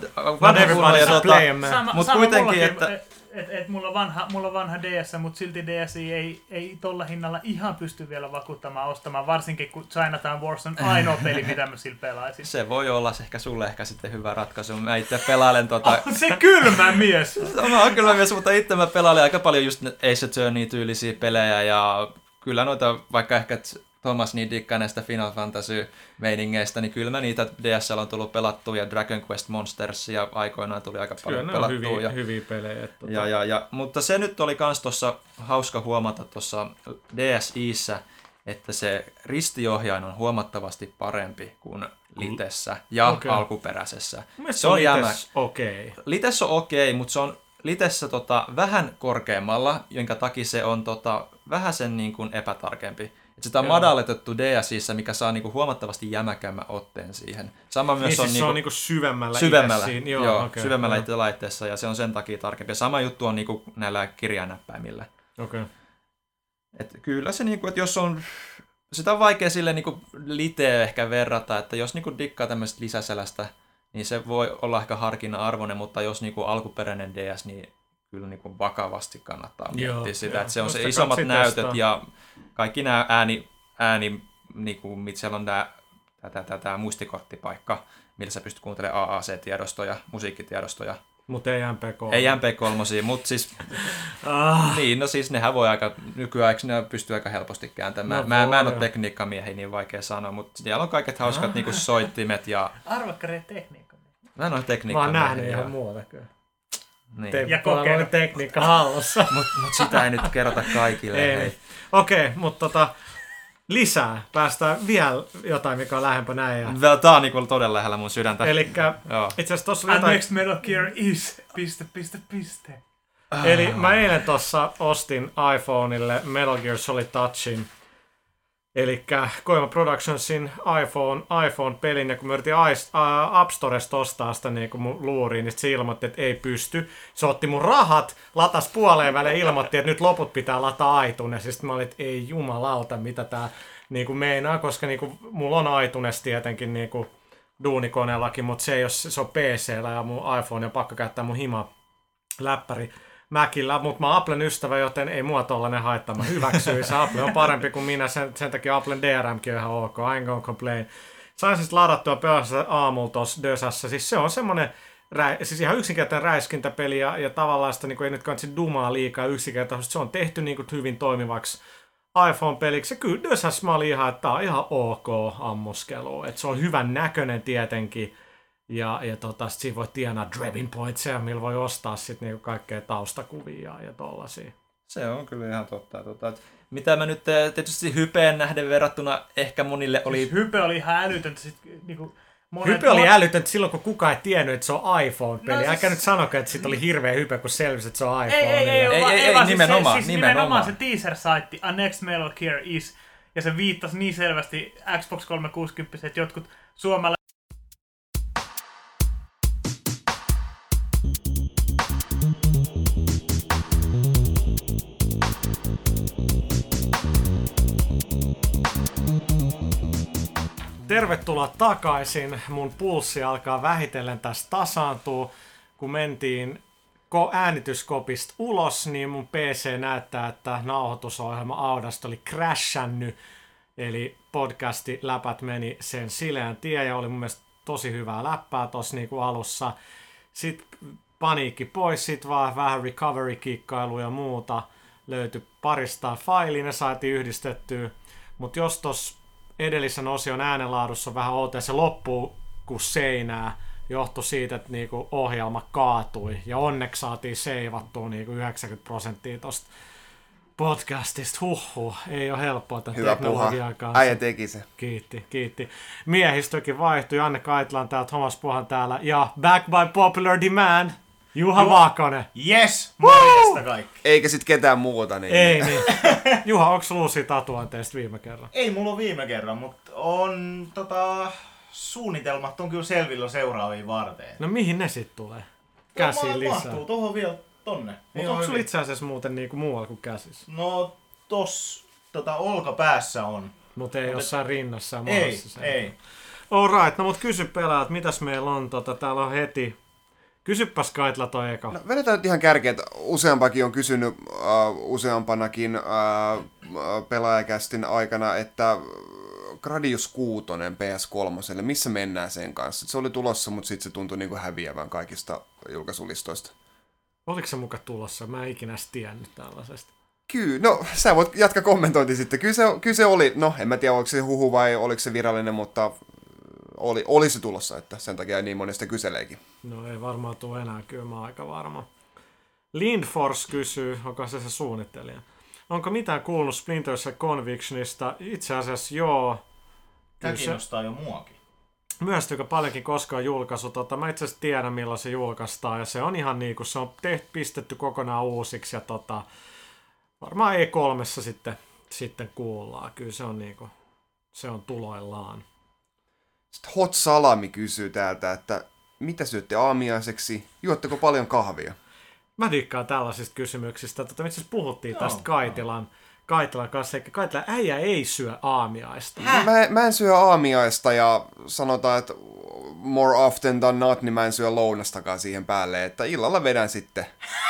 Mutta kuitenkin, että mulla on vanha DS, mutta silti DSi ei tolla hinnalla ihan pysty vielä vakuuttamaan ostamaan, varsinkin kun Chinatown Wars on ainoa peli, mitä mä sillä pelaisin. Se voi olla sulle ehkä sitten hyvä ratkaisu. Mä itse pelailen On se kylmä mies! Mä oon kylmä mies, mutta itse mä pelailen aika paljon just Ace Attorney-tyylisiä pelejä ja kyllä noita, vaikka ehkä Thomas niin dikkaa näistä Final Fantasy-meiningeistä, niin kyllä mä niitä DS:llä on tullut pelattua ja Dragon Quest Monstersia aikoinaan tuli aika paljon pelattua. Kyllä ne on hyviä pelejä. Mutta se nyt oli kans tuossa hauska huomata tuossa DSi:ssä, että se ristiohjain on huomattavasti parempi kuin Litessä ja alkuperäisessä. Se on okei. Litessä on okei, mutta se on Litessä vähän korkeammalla, jonka takia se on vähän sen niin kuin epätarkempi. Et sitä on madalletettu DSi:ssä, mikä saa niinku huomattavasti jämäkämmän otteen siihen. Sama myös niin, on, siis niinku, se on niinku syvemmällä syvemmällä itse laitteessa, ja se on sen takia tarkempi. Ja sama juttu on niinku näillä kirjainäppäimillä. Okay. Et kyllä se, niinku, että jos on... Sitä on vaikea sille niinku Liteen ehkä verrata, että jos niinku dikkaa tämmöistä lisäselästä, niin se voi olla ehkä harkinnan arvoinen, mutta jos niinku alkuperäinen DS, niin kyllä niinku vakavasti kannattaa miettiä sitä, että se on se isommat näytöt ja kaikki nämä ääni niinku, mitä siellä on tämä muistikorttipaikka, millä sä pystyt kuuntelemaan AAC-tiedostoja, musiikkitiedostoja. Mutta ei MP3. Ei MP3, mutta siis... Niin, no siis nehän voi aika... Nykyään ne pystyy aika helposti kääntämään. Mä en ole tekniikkamiehiä, niin vaikea sanoa, mutta siellä on kaiket hauskat niinku soittimet ja... Arvakkareet tekniikka. Mä en ole tekniikkamiehiä. Mä oon nähnyt ihan muuta kyllä. Niin. Ja kokeillut tekniikka hallussa. Mut sitä ei nyt kerrota kaikille. Okei, mutta lisää. Päästään vielä jotain, mikä on lähempä näin. Tää on niinku todella lähellä mun sydäntä. Elikkä itse asiassa tossa oli jotain... Next Metal Gear is... ... Eli mä eilen tossa ostin iPhoneille Metal Gear Solid Touchin. Elikkä Koima Productionsin iPhone-pelin, ja kun me yritin App Storesta ostaa sitä niin kuin mun luuriin, niin se ilmoitti, että ei pysty. Se otti mun rahat, latas puoleen väliin, ilmoitti, että nyt loput pitää lataa iTunes. Ja sitten mä olin, että ei jumalauta, mitä tää niin kuin meinaa, koska niin kuin, mulla on iTunes tietenkin niin kuin duunikoneellakin, mutta se ei ole, se on PC:llä ja mun iPhone on pakko käyttää mun hima-läppäri Mäkillä, mutta mä oon Applen ystävä, joten ei mua tollanen haittaa. Mä hyväksyin. Apple on parempi kuin minä, sen takia Applen DRMkin on ihan ok. I ain't gonna complain. Sain siis ladattua pöydässä aamulla tuossa Dösässä. Siis se on semmonen siis ihan yksinkertainen räiskintäpeli ja tavallaan sitä niin ei nyt kannatsi dumaa liikaa yksinkertaisesti. Se on tehty niin kuin hyvin toimivaksi iPhone-peliksi. Ja kyllä mä olin ihan, että tää on ihan ok ammuskelu. Että se on hyvän näköinen tietenkin. Ja sit siinä voi tienaa Drebin pointseja, millä voi ostaa sit niinku kaikkea taustakuvia ja tollasia. Se on kyllä ihan totta. Mitä mä nyt tietysti Hypeen nähden verrattuna ehkä monille oli... Siis Hype oli ihan älytöntä. Niinku, Hype oli älytöntä silloin, kun kukaan ei tiennyt, että se on iPhone-peli. No, siis... Älkää nyt sanoko, että sit oli hirveä hype, kun selvisi, että se on iPhone. Ei, nimenomaan. Se teaser-saitti A Next Metal Gear Is, ja se viittasi niin selvästi Xbox 360, että jotkut suomalaiset Tervetuloa takaisin. Mun pulssi alkaa vähitellen tässä tasaantua. Kun mentiin äänityskopista ulos, niin mun PC näyttää, että nauhoitusohjelma Audasta oli crashannut. Eli podcasti läpät meni sen sileän tien ja oli mun mielestä tosi hyvää läppää tossa niinku alussa. Sitten paniikki pois, sit vaan vähän recovery-kikkailu ja muuta. Löytyi parista failia, ne saatiin yhdistettyä. Mutta jos tossa edellisen osion äänenlaadussa on vähän outoa, se loppuu kuin seinää, johtui siitä, että niinku ohjelma kaatui. Ja onneksi saatiin seivattua niinku 90% tosta podcastista. Ei ole helppoa tämän teknologian kanssa. Äijä teki se. Kiitti. Miehistökin vaihtui. Janne Kaitila on täällä, Thomas Puhan täällä. Ja back by popular demand, Juha Vaakanen. Yes! Morjesta kaikki. Eikä sit ketään muuta. Niin. Ei niin. Juha, onko sulla uusia tatuointeista viime kerran? Ei mulla ole viime kerran, mutta on suunnitelmat on kyllä selvillä seuraaviin varteen. No mihin ne sit tulee? Käsiin lisää. Mahtuu tuohon vielä tonne. Mutta onko sulla itse asiassa muuten niinku muualla kuin käsissä? No tossa olkapäässä on. Mutta ei jossain rinnassa ja maassa. Ei. Alright, no mut kysy pelaat, mitäs meillä on? Täällä on heti. Kysypäs Kaitla toi eka. No, vedetään nyt ihan kärkeä, että useampakin on kysynyt useampanakin pelaajakästin aikana, että Gradius 6 PS3, missä mennään sen kanssa? Se oli tulossa, mutta sitten se tuntui niinku häviävän kaikista julkaisulistoista. Oliko se muka tulossa? Mä en ikinä tiennyt tällaisesta. Kyllä, no sä voit jatkaa kommentointi sitten. Kyllä se oli, no en mä tiedä oliko se huhu vai oliko se virallinen, mutta oli se tulossa, että sen takia niin monesta kyseleekin. No ei varmaan tule enää, kyllä mä oon aika varma. Lindfors kysyy, onko se suunnittelija. Onko mitään kuulunut Splinters ja Convictionista? Itse asiassa joo. Tämä kiinnostaa jo muakin. Myöstyykö paljonkin koskaan julkaisu? Mä itse asiassa tiedän milloin se julkaistaan ja se on ihan niinku, se on pistetty kokonaan uusiksi ja varmaan E3 sitten kuullaan. Kyllä se on niinku, se on tuloillaan. Sitten Hot Salami kysyy täältä, että mitä syötte aamiaiseksi? Juotteko paljon kahvia? Mä dikkaan tällaisista kysymyksistä. Me itse asiassa puhuttiin tästä Kaitilan kanssa. Eikä Kaitila äijä ei syö aamiaista. Mä en syö aamiaista ja sanotaan, että more often than not, niin mä en syö lounastakaan siihen päälle. Että illalla vedän sitten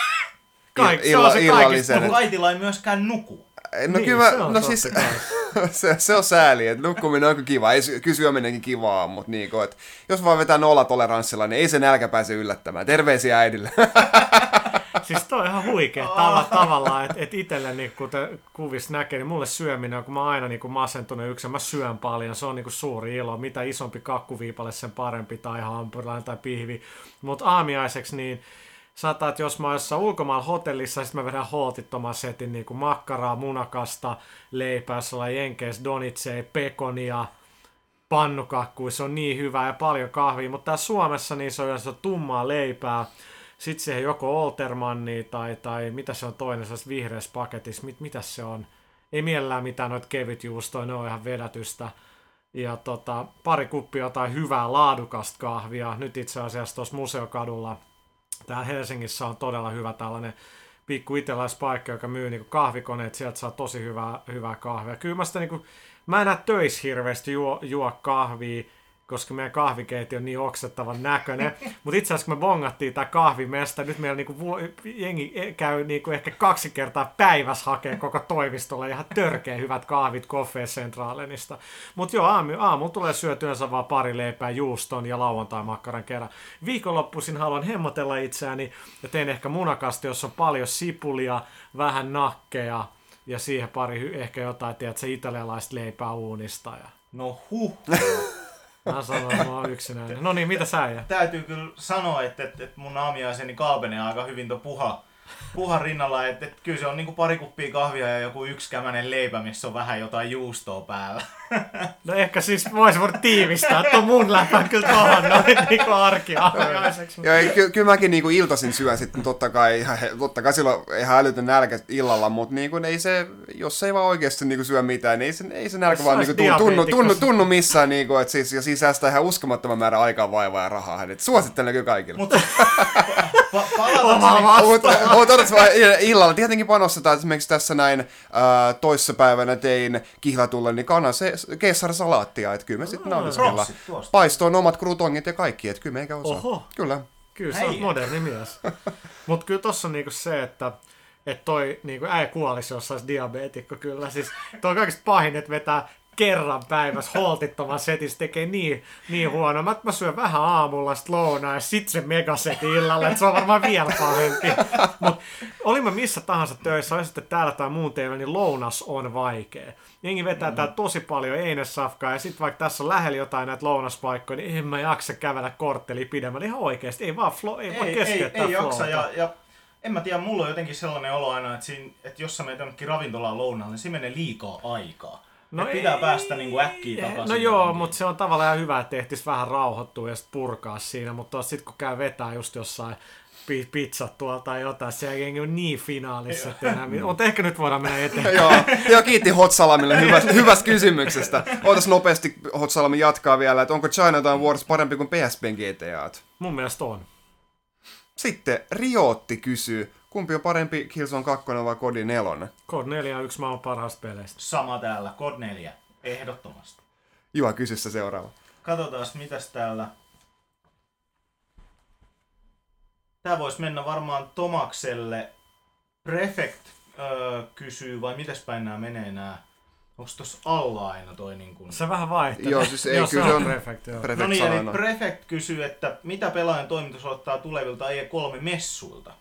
illallisen. Kaitila ei myöskään nuku. No niin, kyllä, no siis se on sääli, että nukkuminen on kiva, ei syöminenkin kivaa, mutta niinku, että jos vaan vetää nollatoleranssilla, niin ei se nälkä pääse yllättämään. Terveisiä äidille. Siis toi on ihan huikea tavallaan, että itselle, niin kuten kuvissa näkee, niin mulle syöminen on, kun mä oon aina niin masentunut yksin, mä syön paljon, se on niin suuri ilo. Mitä isompi kakkuviipale, sen parempi, tai hampurilainen tai pihvi. Mutta aamiaiseksi, niin saattaa, että jos mä oon jossain ulkomailla hotellissa, sitten mä vedän holtittoman setin niin makkaraa, munakasta, leipää, jos ollaan Jenkeissä, donitsee, pekonia, pannukakkuja, se on niin hyvää ja paljon kahvia. Mutta täällä Suomessa niin se on tummaa leipää. Sitten siihen joko Oltermannia tai mitä se on toinen, se vihreässä paketissa, mitä se on? Ei mielellään mitään noita kevytjuustoja, ne on ihan vedätystä. Ja pari kuppia jotain hyvää laadukasta kahvia. Nyt itse asiassa tuossa Museokadulla, täällä Helsingissä on todella hyvä tällainen pikku italaispaikka, joka myy niinku kahvikoneet, sieltä saa tosi hyvää kahvia. Kyllä mä sitä mä en näe töissä hirveästi juo kahvia, koska meidän kahvikeiti on niin oksettavan näköinen. Mutta itse asiassa kun me bongattiin tää kahvimesta, nyt meillä niinku jengi käy niinku ehkä 2 kertaa päivässä hakee koko toimistolla ihan törkeä hyvät kahvit Coffee Centralenista. Mutta joo, aamulla tulee syötyänsä vaan pari leipää juuston ja lauantai-makkaran kerran. Viikonloppuisin haluan hemmotella itseäni ja teen ehkä munakasti, jossa on paljon sipulia, vähän nakkeja ja siihen pari ehkä jotain, tiedätkö, italialaista leipää uunista. No Mä sanon, että mä oon yksinäinen. No niin, mitä sä jää? Täytyy kyllä sanoa, että mun aamiaiseni kalpenee aika hyvin tuon puhan rinnalla, että kyllä se on niinku pari kuppia kahvia ja joku 1 kämänen leipä, missä on vähän jotain juustoa päällä. No ehkä siis voisi voida tiivistää, että on mun läpän kyllä tohon noin niinku arkiaamiaiseksi. Joo, kyllä mäkin niinku iltaisin syön sitten totta kai silloin ihan älytön nälkä illalla, mutta niinku ei se, jos ei vaan oikeasti niinku syö mitään, niin ei se nälkä vaan niinku tunnu missään, niinku, että siis, ja siis säästää ihan uskomattoman määrän aikaa, vaivaa ja rahaa. Et suosittelen kyllä kaikille. Mutta odotas vaan illalla. Tietenkin panostetaan esimerkiksi tässä näin toissapäivänä tein kihlatulle, niin kannan se keessarisalaattia, että kyllä me sitten nautiskellaan. Paistoon omat krutongit ja kaikki, että kyllä meikä osaa. Oho. Kyllä. Kyllä se on moderni mies. Mutta kyllä tossa on niinku se, että toi niinku kuolisi, jos olisi diabeetikko kyllä. Siis toi on kaikista pahin, että vetää kerran päivässä holtittoman setin, se tekee niin huono. Mä syön vähän aamulla, sit lounaa ja sit se megaseti illalla, että se on varmaan vielä pahempi. Mut olin mä missä tahansa töissä, oli sitten täällä tai muun TV, niin lounas on vaikea. Jengi vetää täällä tosi paljon einesafkaa ja sit vaikka tässä on lähellä jotain näitä lounaspaikkoja, niin en mä jaksa kävellä kortteli pidemmälle. Ihan oikeesti, ei vaan keskeyttää ei jaksa ja en mä tiedä, mulla on jotenkin sellainen olo aina, että jos sä menet jonnekin ravintolaan lounalle, niin se menee liikaa aikaa. No pitää päästä niinku äkkiä takaisin. No joo, mutta se on tavallaan ihan hyvä, että ehtis vähän rauhoittua ja sit purkaa siinä, mutta sit kun käy vetää just jossain pizzat tuolta tai jotain, se jengi on niin finaalissa, että mutta ehkä nyt voidaan mennä eteenpäin. Joo, kiitti Hot Salamille hyvästä kysymyksestä. Ootas nopeasti Hot Salami jatkaa vielä, että onko Chinatown Wars parempi kuin PSPn GTAt? Mun mielestä on. Sitten Riotti kysyy, kumpi on parempi, Killzone 2 vai Code 4? Code 4 on yksi maailman parhaista peleistä. Sama täällä, Code 4, ehdottomasti. Juha, kysy se seuraava. Katsotaas, mitäs täällä. Tää vois mennä varmaan Tomakselle. Prefect kysyy, vai mitäs päin nää menee nää? Onks tossa alla aina toi niinkun? Se vähän vaihtelee. Joo, siis ei, kyllä se on Prefect, joo. No niin, eli Prefect kysyy, että mitä pelaajan toimitus odottaa tulevilta E3-messuilta?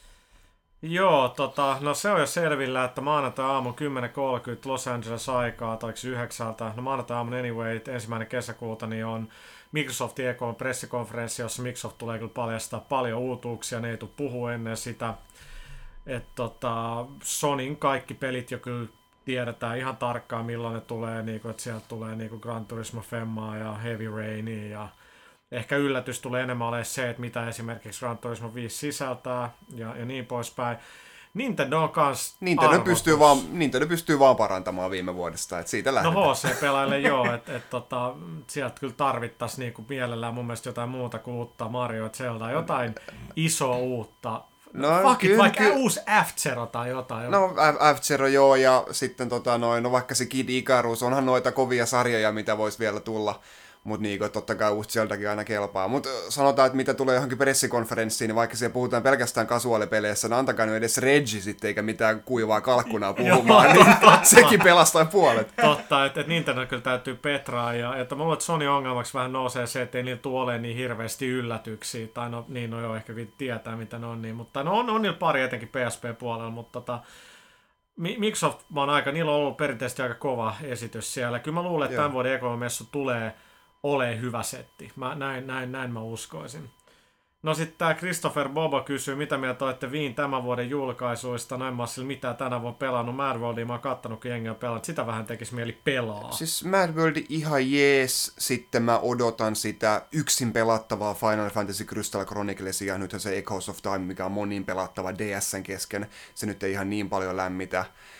Joo, no se on jo selvillä, että maanantai aamu 10.30 Los Angeles aikaa, tai 9. No maanantai aamu anyway, 1. kesäkuuta, niin on Microsoftin pressikonferenssi, jossa Microsoft tulee kyllä paljastaa paljon uutuuksia, ne ei tule puhua ennen sitä. Että Sonyn kaikki pelit jo kyllä tiedetään ihan tarkkaan milloin ne tulee, niin että sieltä tulee niin Gran Turismo Femmaa ja Heavy Rainia ja ehkä yllätys tulee enemmän olemaan se, että mitä esimerkiksi Gran Turismo 5 sisältää ja niin poispäin. Nintendo on kans Nintendo pystyy vaan parantamaan viime vuodesta, että siitä lähdetään. No HC-pelaajille joo, että sieltä kyllä tarvittaisiin niinku mielellään mun mielestä jotain muuta kuin uutta Mario Zelda, jotain isoa uutta. No, vaikka uusi F-Zero tai jotain. No F-Zero joo, ja sitten no vaikka se Kid Icarus, onhan noita kovia sarjoja, mitä voisi vielä tulla. Mutta niin, totta kai uusi Zeldakin aina kelpaa. Mutta sanotaan, että mitä tulee johonkin pressikonferenssiin, niin vaikka siellä puhutaan pelkästään kasuaalipeleissä, niin antakaa nyt edes Reggie sitten, eikä mitään kuivaa kalkkunaa puhumaan, niin sekin pelastaa puolet. Totta, että Nintendo kyllä täytyy petraa, ja että mä luulen, että Sony ongelmaksi vähän nousee se, että ei niillä tule olemaan niin hirveästi yllätyksiä, tai no niin, no joo, ehkä tietää mitä ne on, niin, mutta no on niillä pari etenkin PSP-puolella, mutta Microsoft, niillä on ollut perinteisesti aika kova esitys siellä. Kyllä mä luulen, että tämän vuoden E3-messu tulee ole hyvä setti. Näin mä uskoisin. No sitten tää Christopher Bobo kysyy, mitä mieltä olette Viin tämän vuoden julkaisuista. No en mä oo sillä mitään tänä vuonna pelannut. Mad Worldia mä oon kattonut, kun jengi on pelannut. Sitä vähän tekisi mieli pelaa. Siis Mad World ihan jees. Sitten mä odotan sitä yksin pelattavaa Final Fantasy Crystal Chroniclesia. Nythän se Echoes of Time, mikä on monin pelattava DS:n kesken. Se nyt ei ihan niin paljon lämmitä.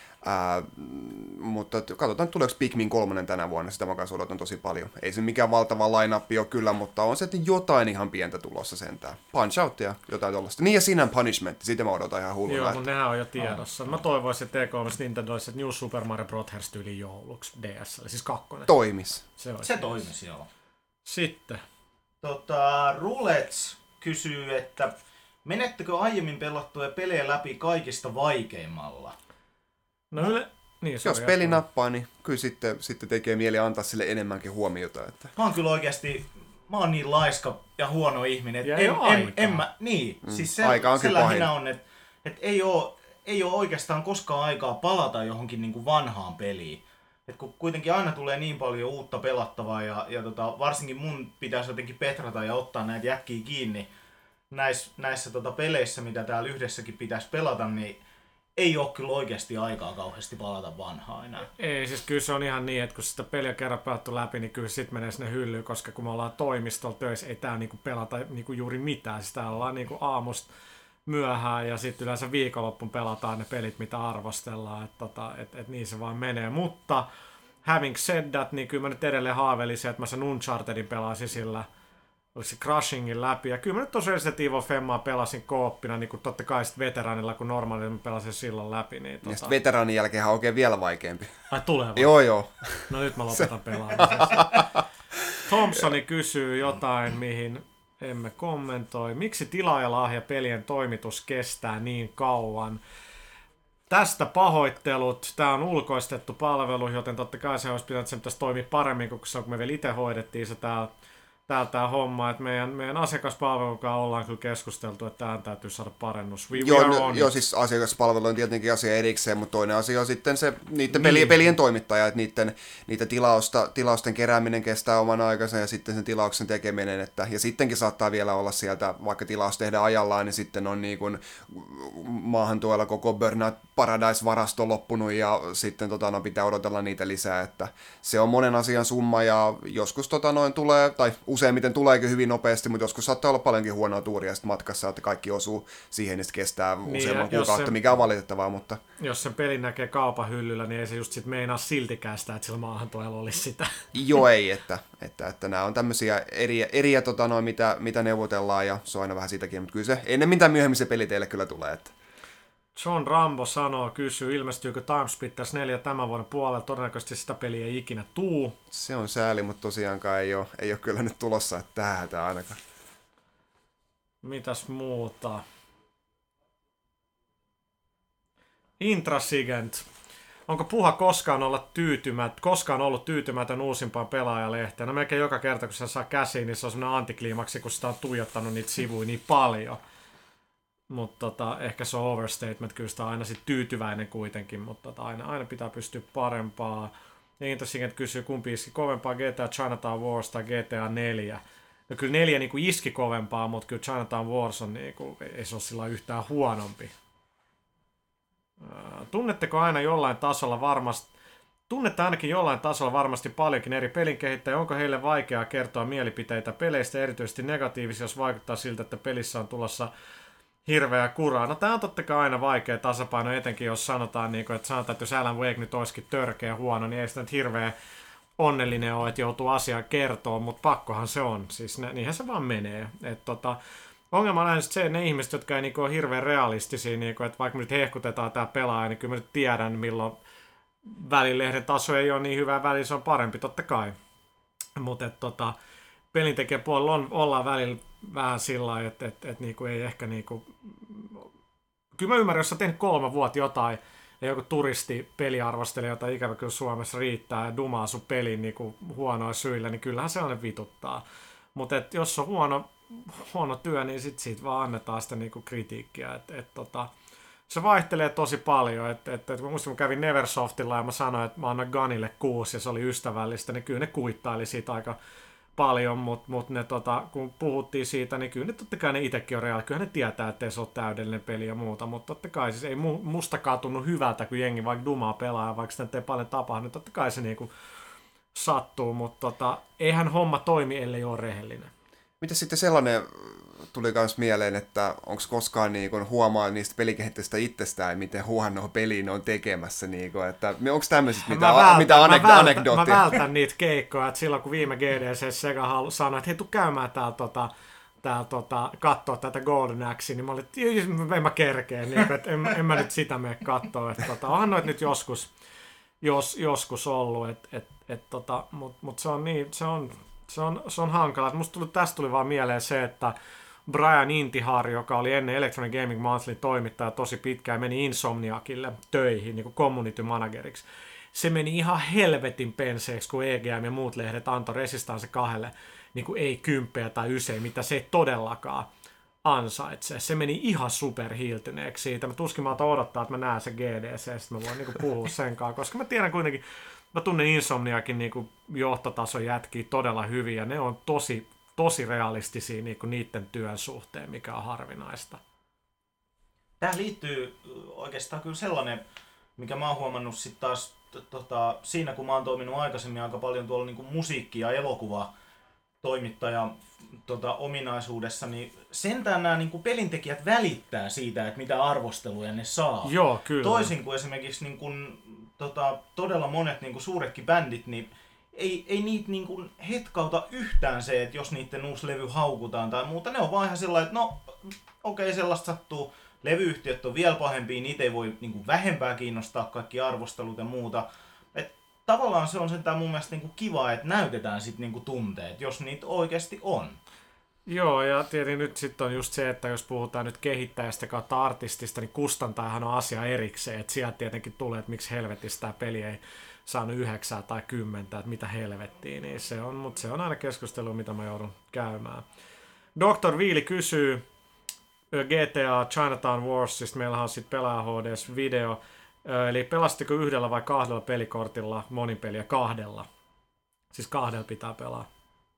Mutta katsotaan, tuleeko Pikmin 3 tänä vuonna, sitä mä kanssa odotan tosi paljon. Ei se mikään valtava line-up ole kyllä, mutta on se jotain ihan pientä tulossa sentään. Punch-Out ja jotain tollaista. Niin ja Sin and Punishment, sitä mä odotan ihan hulluna. Joo, mutta nehän on jo tiedossa. Mä toivoisin, että E3 Nintendo olisi New Super Mario Bros. Tyyli jouluksi DS, siis 2. Toimis. Se toimis, joo. Sitten. Rulets kysyy, että menettekö aiemmin pelattuja pelejä läpi kaikista vaikeimmalla? No niin, Jos peli nappaa, niin kyllä sitten tekee mieli antaa sille enemmänkin huomiota. Että... Mä oon kyllä oikeasti, mä oon niin laiska ja huono ihminen, että siis aika onkin se pahin. lähinnä on, että ei oo oikeastaan koskaan aikaa palata johonkin niin kuin vanhaan peliin. Et kun kuitenkin aina tulee niin paljon uutta pelattavaa ja varsinkin mun pitäisi jotenkin petrata ja ottaa näitä jätkiä kiinni näissä peleissä, mitä täällä yhdessäkin pitäisi pelata, niin ei ole kyllä oikeasti aikaa kauheasti palata vanhaa enää. Ei, siis kyllä se on ihan niin, että kun sitä peliä kerran pelattu läpi, niin kyllä sit menee sinne hyllyyn, koska kun me ollaan toimistolla töissä, ei täällä niinku pelata niinku juuri mitään. Siis täällä ollaan niinku aamusta myöhään ja sitten yleensä viikonloppun pelataan ne pelit, mitä arvostellaan, että niin se vaan menee. Mutta having said that, niin kyllä mä nyt edelleen haavelisin, että mä sen Unchartedin pelasin sillä, oliko se Crushingin läpi, ja kyllä mä nyt tuossa Resident Evil Femmaa pelasin kooppina, niin kuin totta kai sit veteranilla, kun normaalilla mä pelasin silloin läpi. Niin ja sitten veteraanin jälkeen on oikein vielä vaikeampi. Ai tulee vai? Joo. No nyt mä lopetan pelaamisesta. Thompsoni kysyy jotain, mihin emme kommentoi. Miksi tilaajalahjapelien toimitus kestää niin kauan? Tästä pahoittelut. Tämä on ulkoistettu palvelu, joten totta kai se olisi pitänyt, että se pitäisi toimia paremmin, kun me vielä itse hoidettiin se tää homma. Että meidän asiakaspalvelukaan ollaan kyllä keskusteltu, että tähän täytyy saada parannus. Joo, siis asiakaspalvelu on tietenkin asia erikseen, mutta toinen asia on sitten se niiden pelien toimittaja, että niitä tilausten kerääminen kestää oman aikansa ja sitten sen tilauksen tekeminen, ja sittenkin saattaa vielä olla sieltä, vaikka tilaus tehdään ajallaan, niin sitten on niin kuin maahan tuolla koko Burnout Paradise-varasto loppunut ja sitten pitää odotella niitä lisää, että se on monen asian summa ja joskus tulee, tai useimmiten tuleekin hyvin nopeasti, mutta joskus saattaa olla paljonkin huonoa tuuria sitten matkassa, että kaikki osuu siihen, niin se kestää useamman kuukautta, mikä on valitettavaa, mutta... Jos sen pelin näkee kaupan hyllyllä, niin ei se just sit meinaa siltikään sitä, että sillä maahantuojalla olisi sitä. Joo, ei, että nämä on tämmöisiä eriä mitä neuvotellaan, ja se on aina vähän siitäkin, mutta kyllä se ennemmin tai myöhemmin se peli teille kyllä tulee, että... John Rambo kysyy, ilmestyykö Timesplitters 4 tämän vuoden puolella? Todennäköisesti sitä peliä ei ikinä tuu. Se on sääli, mutta tosiaankaan ei ole kyllä nyt tulossa, että tähän ainakaan. Mitäs muuta? Intrasigent. Onko Puha koskaan ollut tyytymätön uusimpaan pelaajalehteen? No melkein joka kerta, kun se saa käsiin, niin se on semmoinen antikliimaksi, kun sitä on tuijottanut niitä sivuja niin paljon. Mutta ehkä se on overstatement, kyllä sitä on aina sit tyytyväinen kuitenkin, mutta aina pitää pystyä parempaa. Ja Intosigent kysyy, kumpi iski kovempaa, GTA Chinatown Wars tai GTA 4. No kyllä 4 niin iski kovempaa, mutta kyllä Chinatown Wars on, niin kuin, ei se ole sillä yhtään huonompi. Tunnette ainakin jollain tasolla varmasti paljonkin eri pelinkehittäjiä. Onko heille vaikeaa kertoa mielipiteitä peleistä, erityisesti negatiivisia, jos vaikuttaa siltä, että pelissä on tulossa hirveä kuraa. No tää on totta kai aina vaikea tasapaino, etenkin jos sanotaan, että jos Alan Wake nyt olisikin törkeä huono, niin ei sitä nyt hirveä onnellinen ole, että joutuu asiaa kertoa, mutta pakkohan se on. Siis niinhän se vaan menee. Ongelma on aina se, että ne ihmiset, jotka ei ole hirveän realistisia, että vaikka me nyt hehkutetaan tää pelaaja, niin kyllä mä nyt tiedän, milloin välilehden taso ei ole niin hyvä, välillä se on parempi, totta kai. Mutta pelintekijän puolella ollaan välillä vähän sillä lailla, että ei ehkä kyllä mä ymmärrän, jos sä tehnyt 3 vuotta jotain ja joku turisti peliarvostelija, jota ikävä kyllä Suomessa riittää ja dumaa sun pelin huonoa syillä, niin kyllähän se aina vituttaa. Mutta jos on huono työ, niin sit siitä vaan annetaan sitä kritiikkiä. Se vaihtelee tosi paljon. Muistin, kun kävin Neversoftilla ja mä sanoin, että mä annan Gunille 6 ja se oli ystävällistä, niin kyllä ne kuittaili siitä aika paljon, mutta ne, kun puhuttiin siitä, niin kyllä ne totta kai ne itsekin on reaali. Kyllä ne tietää, ettei se ole täydellinen peli ja muuta, mutta totta kai siis ei mustakaan tunnu hyvältä, kun jengi vaikka dumaa pelaa, vaikka sitä ei paljon tapahdu, niin totta kai se sattuu, mutta eihän homma toimi, ellei ole rehellinen. Mitä sitten sellainen tuli myös mieleen, että onko koskaan huomaa niistä pelikehittäjistä itsestään, miten huonoa peliä ne on tekemässä, että onko tämmöiset mitä anekdoottia? Mä vältän niitä keikkoja, että silloin kun viime GDC Sega sanoi, että hei, tuu käymään täällä katsoa tätä Golden Axea, niin mä olin, että en mä kerkeä, että en mä nyt sitä mene katsoa, että onhan noit nyt joskus ollut, mutta se on niin, Se on hankala. Tästä tuli vaan mieleen se, että Brian Intihar, joka oli ennen Electronic Gaming Monthlyn toimittaja tosi pitkään, meni Insomniacille töihin niin kuin community manageriksi. Se meni ihan helvetin penseeksi, kun EGM ja muut lehdet antoi Resistance 2 niin kuin ei 10 tai 9, mitä se ei todellakaan ansaitse. Se meni ihan superhiiltyneeksi siitä. Mä tuskin mä odottaa, että mä näen se GDC, sitten mä voin niin kuin puhua senkaan, koska mä tiedän kuitenkin, mä tunnen Insomniakin niin kuin johtotason jätkiä todella hyvin, ja ne on tosi realistisia niin kuin niiden työn suhteen, mikä on harvinaista. Tähän liittyy oikeastaan kyllä sellainen, mikä mä oon huomannut sitten taas siinä, kun mä oon toiminut aikaisemmin aika paljon tuolla niin kuin musiikki- ja elokuvatoimittaja ominaisuudessa, niin sentään nämä niin kuin pelintekijät välittää siitä, että mitä arvosteluja ne saa. Joo, kyllä. Toisin kuin esimerkiksi niin kuin, todella monet niin kuin suuretkin bändit, niin ei niitä niin kuin hetkauta yhtään se, että jos niiden uusi levy haukutaan tai muuta. Ne on vaan ihan sellainen, että no okei, sellaista sattuu. Levyyhtiöt on vielä pahempia, niitä ei voi niin kuin vähempää kiinnostaa kaikki arvostelut ja muuta. Et tavallaan se on sentään mun mielestä niin kuin kiva, että näytetään sit niin kuin tunteet, jos niitä oikeasti on. Joo, ja tietenkin nyt sitten on just se, että jos puhutaan nyt kehittäjästä kautta artistista, niin kustantajahan on asia erikseen. Että sieltä tietenkin tulee, että miksi helvetistä tämä peli ei saanut 9 tai 10, että mitä helvettiä, niin se on, mutta se on aina keskustelu, mitä mä joudun käymään. Dr. Viili kysyy GTA Chinatown Warsista, meillähän on sitten Pelaaja HD:s video, eli pelasitteko yhdellä vai 2 pelikortilla monipeliä? 2. Siis 2 pitää pelaa.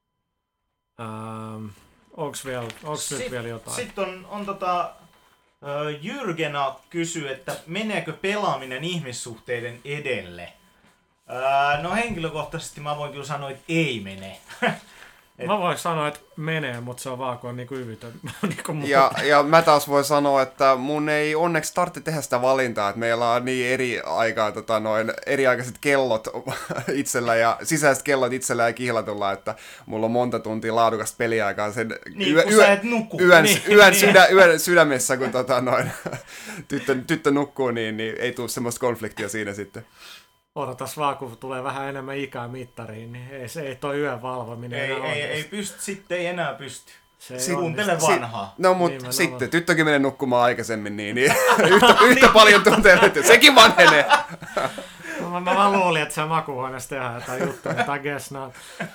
Onks nyt vielä jotain? Sitten on Jyrgena kysyy, että meneekö pelaaminen ihmissuhteiden edelle? No henkilökohtaisesti mä voin kyllä sanoa, että ei mene. Mä voin sanoa, että menee, mutta se on vaan kun on niinku yvytön. Ja mä taas voin sanoa, että mun ei onneksi tarvitse tehdä sitä valintaa, että meillä on niin eriaikaiset kellot itsellä ja sisäiset kellot itsellä ja kihlatulla, että mulla on monta tuntia laadukasta peliaikaa sen yön sydämessä, kun tyttö nukkuu, niin ei tule semmoista konfliktia siinä sitten. Odotas vaan, kun tulee vähän enemmän ikää mittariin, niin ei toi yön valvominen ei pysty, sitten ei enää pysty. Kuuntele vanhaa. No mut niin, sitten, tyttökin menee nukkumaan aikaisemmin, niin yhtä paljon tunteja, sekin vanhenee. Mä vaan luulin, että siellä makuuhuoneessa tehdään jotain juttuja, jotain gesnaa.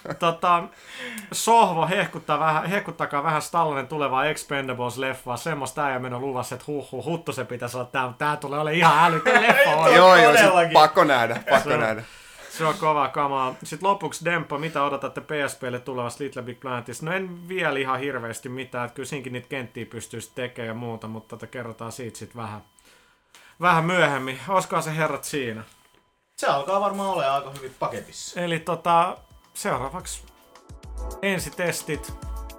Sohvo, hehkuttakaa vähän Stallonen tulevaa Expendables-leffaa. Semmoista äijämeno luvassa, että Huttusen pitäisi olla tää tulee olemaan ihan älytön leffa. Joo, pakko nähdä. Se on kova kamaa. Sitten lopuksi Demppa, mitä odotatte PSPlle tulevasta Little Big Planetista? No en vielä ihan hirveästi mitään, että kyllä siinkin niitä kenttiä pystyisi tekemään ja muuta, mutta kerrotaan siitä sitten vähän myöhemmin. Olisikohan se herrat siinä? Se alkaa varmaan olla aika hyvin paketissa. Eli seuraavaksi ensitestit.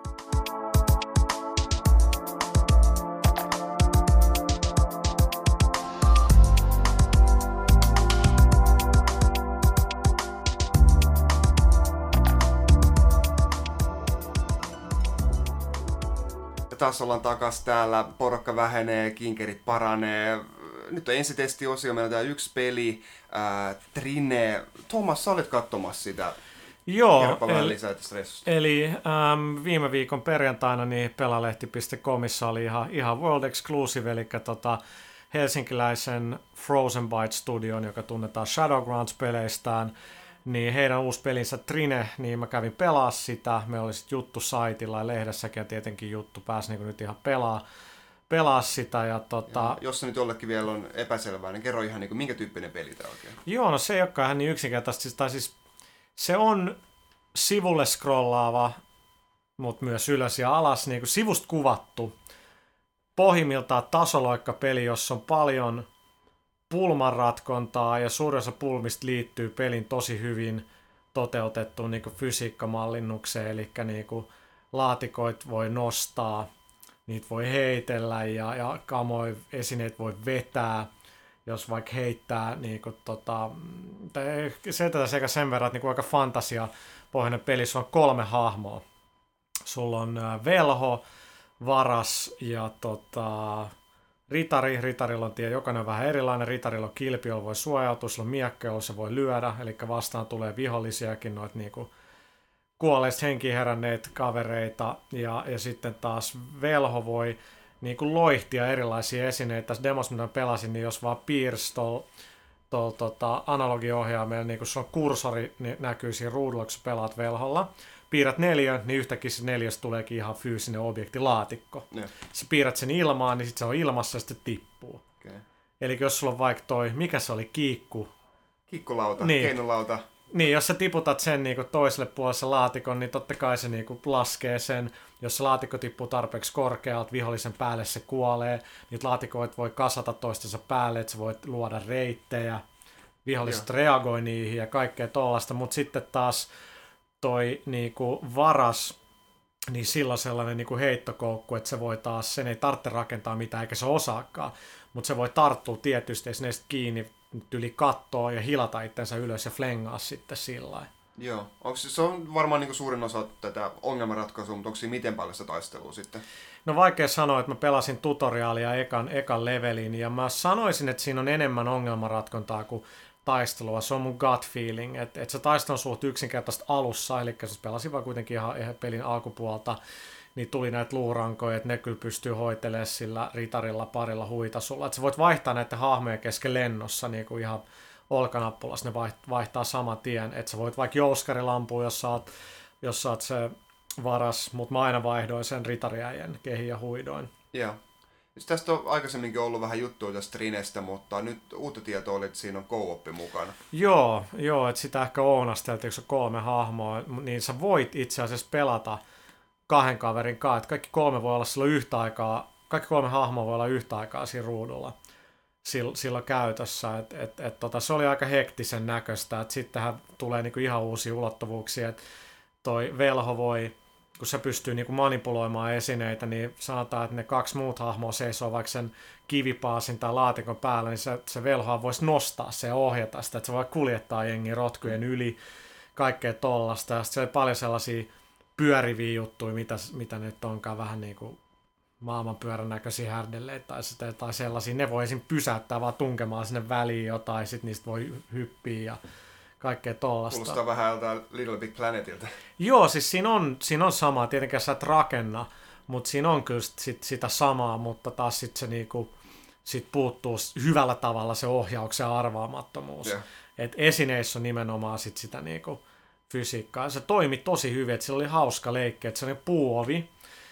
Ja taas ollaan takas täällä, porukka vähenee, kinkerit paranee. Nyt on ensitestiosio, meillä on täällä yksi peli, Trine. Thomas, sä olit katsomassa sitä. Joo, lisää eli viime viikon perjantaina niin pelalehti.comissa oli ihan World Exclusive, eli helsinkiläisen Frozen Byte Studion, joka tunnetaan Shadowgrounds-peleistään, niin heidän uusi pelinsä Trine, niin mä kävin pelaa sitä, me oli sit juttu saitilla ja lehdessäkin ja tietenkin juttu, pääsi niin nyt ihan pelaa sitä. Ja jos se nyt jollekin vielä on epäselvää, niin kerro ihan niin minkä tyyppinen peli tämä oikein. Joo, no se ei olekaan ihan niin yksinkertaisesti, siis se on sivulle scrollaava, mutta myös ylös ja alas, niin kuin sivusta kuvattu. Pohjimmiltaan tasoloikkapeli, jossa on paljon pulmanratkontaa ja suurin osa pulmista liittyy pelin tosi hyvin toteutettuun niin kuin fysiikkamallinnukseen, eli niin kuin laatikoit voi nostaa, niitä voi heitellä ja kamoja esineet voi vetää, jos vaikka heittää niin kuin, sekä sen verran, että niin aika fantasiapohjainen peli, sulla on 3 hahmoa. Sulla on velho, varas ja ritari. Ritarilla on jokainen on vähän erilainen. Ritarilla on kilpi, jolla voi suojautua, sulla on miekka, jolla se voi lyödä, eli vastaan tulee vihollisiakin, noita niinku kuolleista henkiin heränneitä kavereita, ja sitten taas velho voi niin kuin loihtia erilaisia esineitä. Tässä demossa, mitä pelasin, niin jos vaan piirsi analogiohjaimella, niin kun se on kursori, niin näkyy siinä ruudulla, kun sä pelaat velholla. Piirrät 4, niin yhtäkkiä se 4 tuleekin ihan fyysinen objektilaatikko. Sä piirrät sen ilmaan, niin sit se on ilmassa ja sitten tippuu. Okay. Eli jos sulla on vaikka mikä se oli, Kiikkulauta, niin. Keinolauta. Niin, jos sä tiputat sen niinku toiselle puolelle se laatikon, niin totta kai se niinku laskee sen. Jos se laatikko tippuu tarpeeksi korkealta, vihollisen päälle se kuolee. Niitä laatikoita voi kasata toistensa päälle, että sä voit luoda reittejä. Viholliset reagoi niihin ja kaikkea tollaista, mutta sitten taas toi niinku varas, niin silloin sellainen niinku heittokoukku, että se voi taas, sen ei tarvitse rakentaa mitään eikä se osaakaan, mutta se voi tarttua tietysti esineistä kiinni yli kattoa ja hilata itsensä ylös ja flengaa sitten sillä lailla. Joo. Se on varmaan niinku suurin osa tätä ongelmanratkaisua, mutta onko siinä miten paljon sitä taistelua sitten? No vaikea sanoa, että mä pelasin tutoriaalia ekan levelin ja mä sanoisin, että siinä on enemmän ongelmanratkontaa kuin taistelua. Se on mun gut feeling, että se taistelu on suht yksinkertaista alussa, eli se pelasin vaan kuitenkin ihan pelin alkupuolta, niin tuli näitä luurankoja, että ne kyllä pystyy hoitelemaan sillä ritarilla parilla huitasulla. Että sä voit vaihtaa näitä hahmoja kesken lennossa niin kuin ihan olkanappulassa, ne vaihtaa saman tien. Että sä voit vaikka jouskarilampua, jos sä oot se varas, mutta mä aina vaihdoin sen ritariäijän kehin ja huidoin. Joo. Tästä on aikaisemminkin ollut vähän juttua tästä Trinestä, mutta nyt uutta tietoa oli, että siinä on co-oppi mukana. Joo, että sitä ehkä ounasteltiin, kun se 3 hahmoa, niin sä voit itse asiassa pelata 2 kaverin kanssa, että kaikki 3 voi olla silloin yhtä aikaa, kaikki 3 hahmoa voi olla yhtä aikaa siinä ruudulla silloin käytössä, se oli aika hektisen näköistä, että sittenhän tulee niinku ihan uusia ulottuvuuksia, että toi velho voi, kun se pystyy niinku manipuloimaan esineitä, niin sanotaan, että ne 2 muut hahmoa seisoo vaikka sen kivipaasin tai laatikon päällä, niin se velhoa voisi nostaa se ja ohjata sitä, että se voi kuljettaa jengiä rotkujen yli, kaikkea tollasta, ja sitten se oli paljon sellaisia pyöriviä juttuja, mitä nyt onkaan vähän niin kuin maailmanpyörän näköisiä härdelleitä tai sellaisia. Ne voi esim. Pysäyttää vaan tunkemaan sinne väliin jotain, sit niistä voi hyppiä ja kaikkea tollasta. Kuulostaa vähän jotain Little Big Planetilta. Joo, siis siinä on samaa. Tietenkään sä et rakenna, mutta siinä on kyllä sitä samaa, mutta taas sit se niinku, sit puuttuu hyvällä tavalla se ohjauksen arvaamattomuus. Yeah. Et esineissä on nimenomaan sit sitä niinku fysiikkaa. Se toimi tosi hyvin, että sillä oli hauska leikki, että se oli puuovi.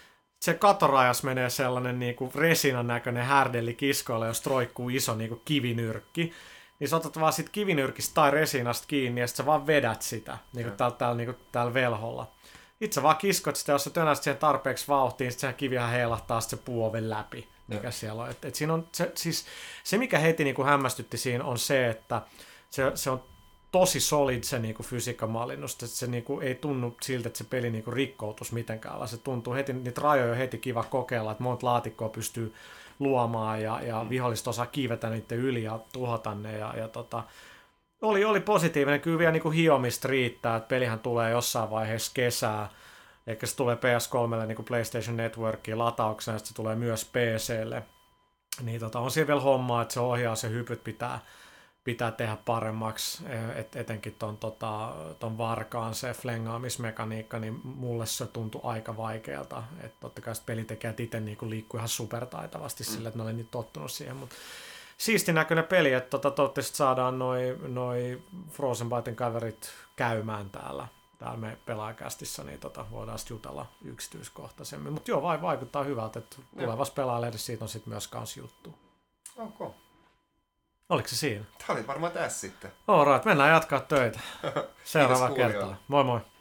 Se katorajas menee sellainen niinku resinan näköinen härdelli kiskoille, jos roikkuu iso niinku kivinyrkki. Niin sä otat vaan sit kivinyrkistä tai resinasta kiinni ja sit sä vaan vedät sitä niinku täällä velholla. Itse vaan kiskot sitä, jos sä tönäst siihen tarpeeksi vauhtiin, niin sit sehän kivihän heilahtaa sit se puuoven läpi, mikä siellä on. Et siinä on se, mikä heti niinku hämmästytti siinä on se, että se on tosi solid se niinku fysiikan mallinnus, että se niinku ei tunnu siltä, että se peli niinku rikkoutus mitenkään, vaan se tuntuu heti, niitä rajoja on heti kiva kokeilla, että monta laatikkoa pystyy luomaan ja viholliset osaa kiivetä niiden yli ja tuhota ne oli positiivinen, kyllä vielä niinku hiomista riittää, että pelihän tulee jossain vaiheessa kesää, eikä se tulee PS3 niin kuin PlayStation Networkiin latauksena, että se tulee myös PClle, niin on siellä vielä hommaa, että se ohjaus ja hypyt pitää tehdä paremmaksi, etenkin ton varkaan se flengaamismekaniikka, niin mulle se tuntui aika vaikealta. Että totta kai pelintekijät itse niin liikkuu ihan supertaitavasti sillä, että ne oli niin tottunut siihen. Mutta siisti näköinen peli, että toivottavasti saadaan noi Frozenbyten kaverit käymään täällä me pelaajakästissä, niin voidaan sitten jutella yksityiskohtaisemmin. Mutta joo, vaikuttaa hyvältä, että tulevassa pelaajalehdessä siitä on sitten myös kans juttu. Okay. Oliko se siinä? Tämä oli varmaan tässä sitten. Alright, mennään jatkaa töitä. Seuraava kertaa. Moi moi.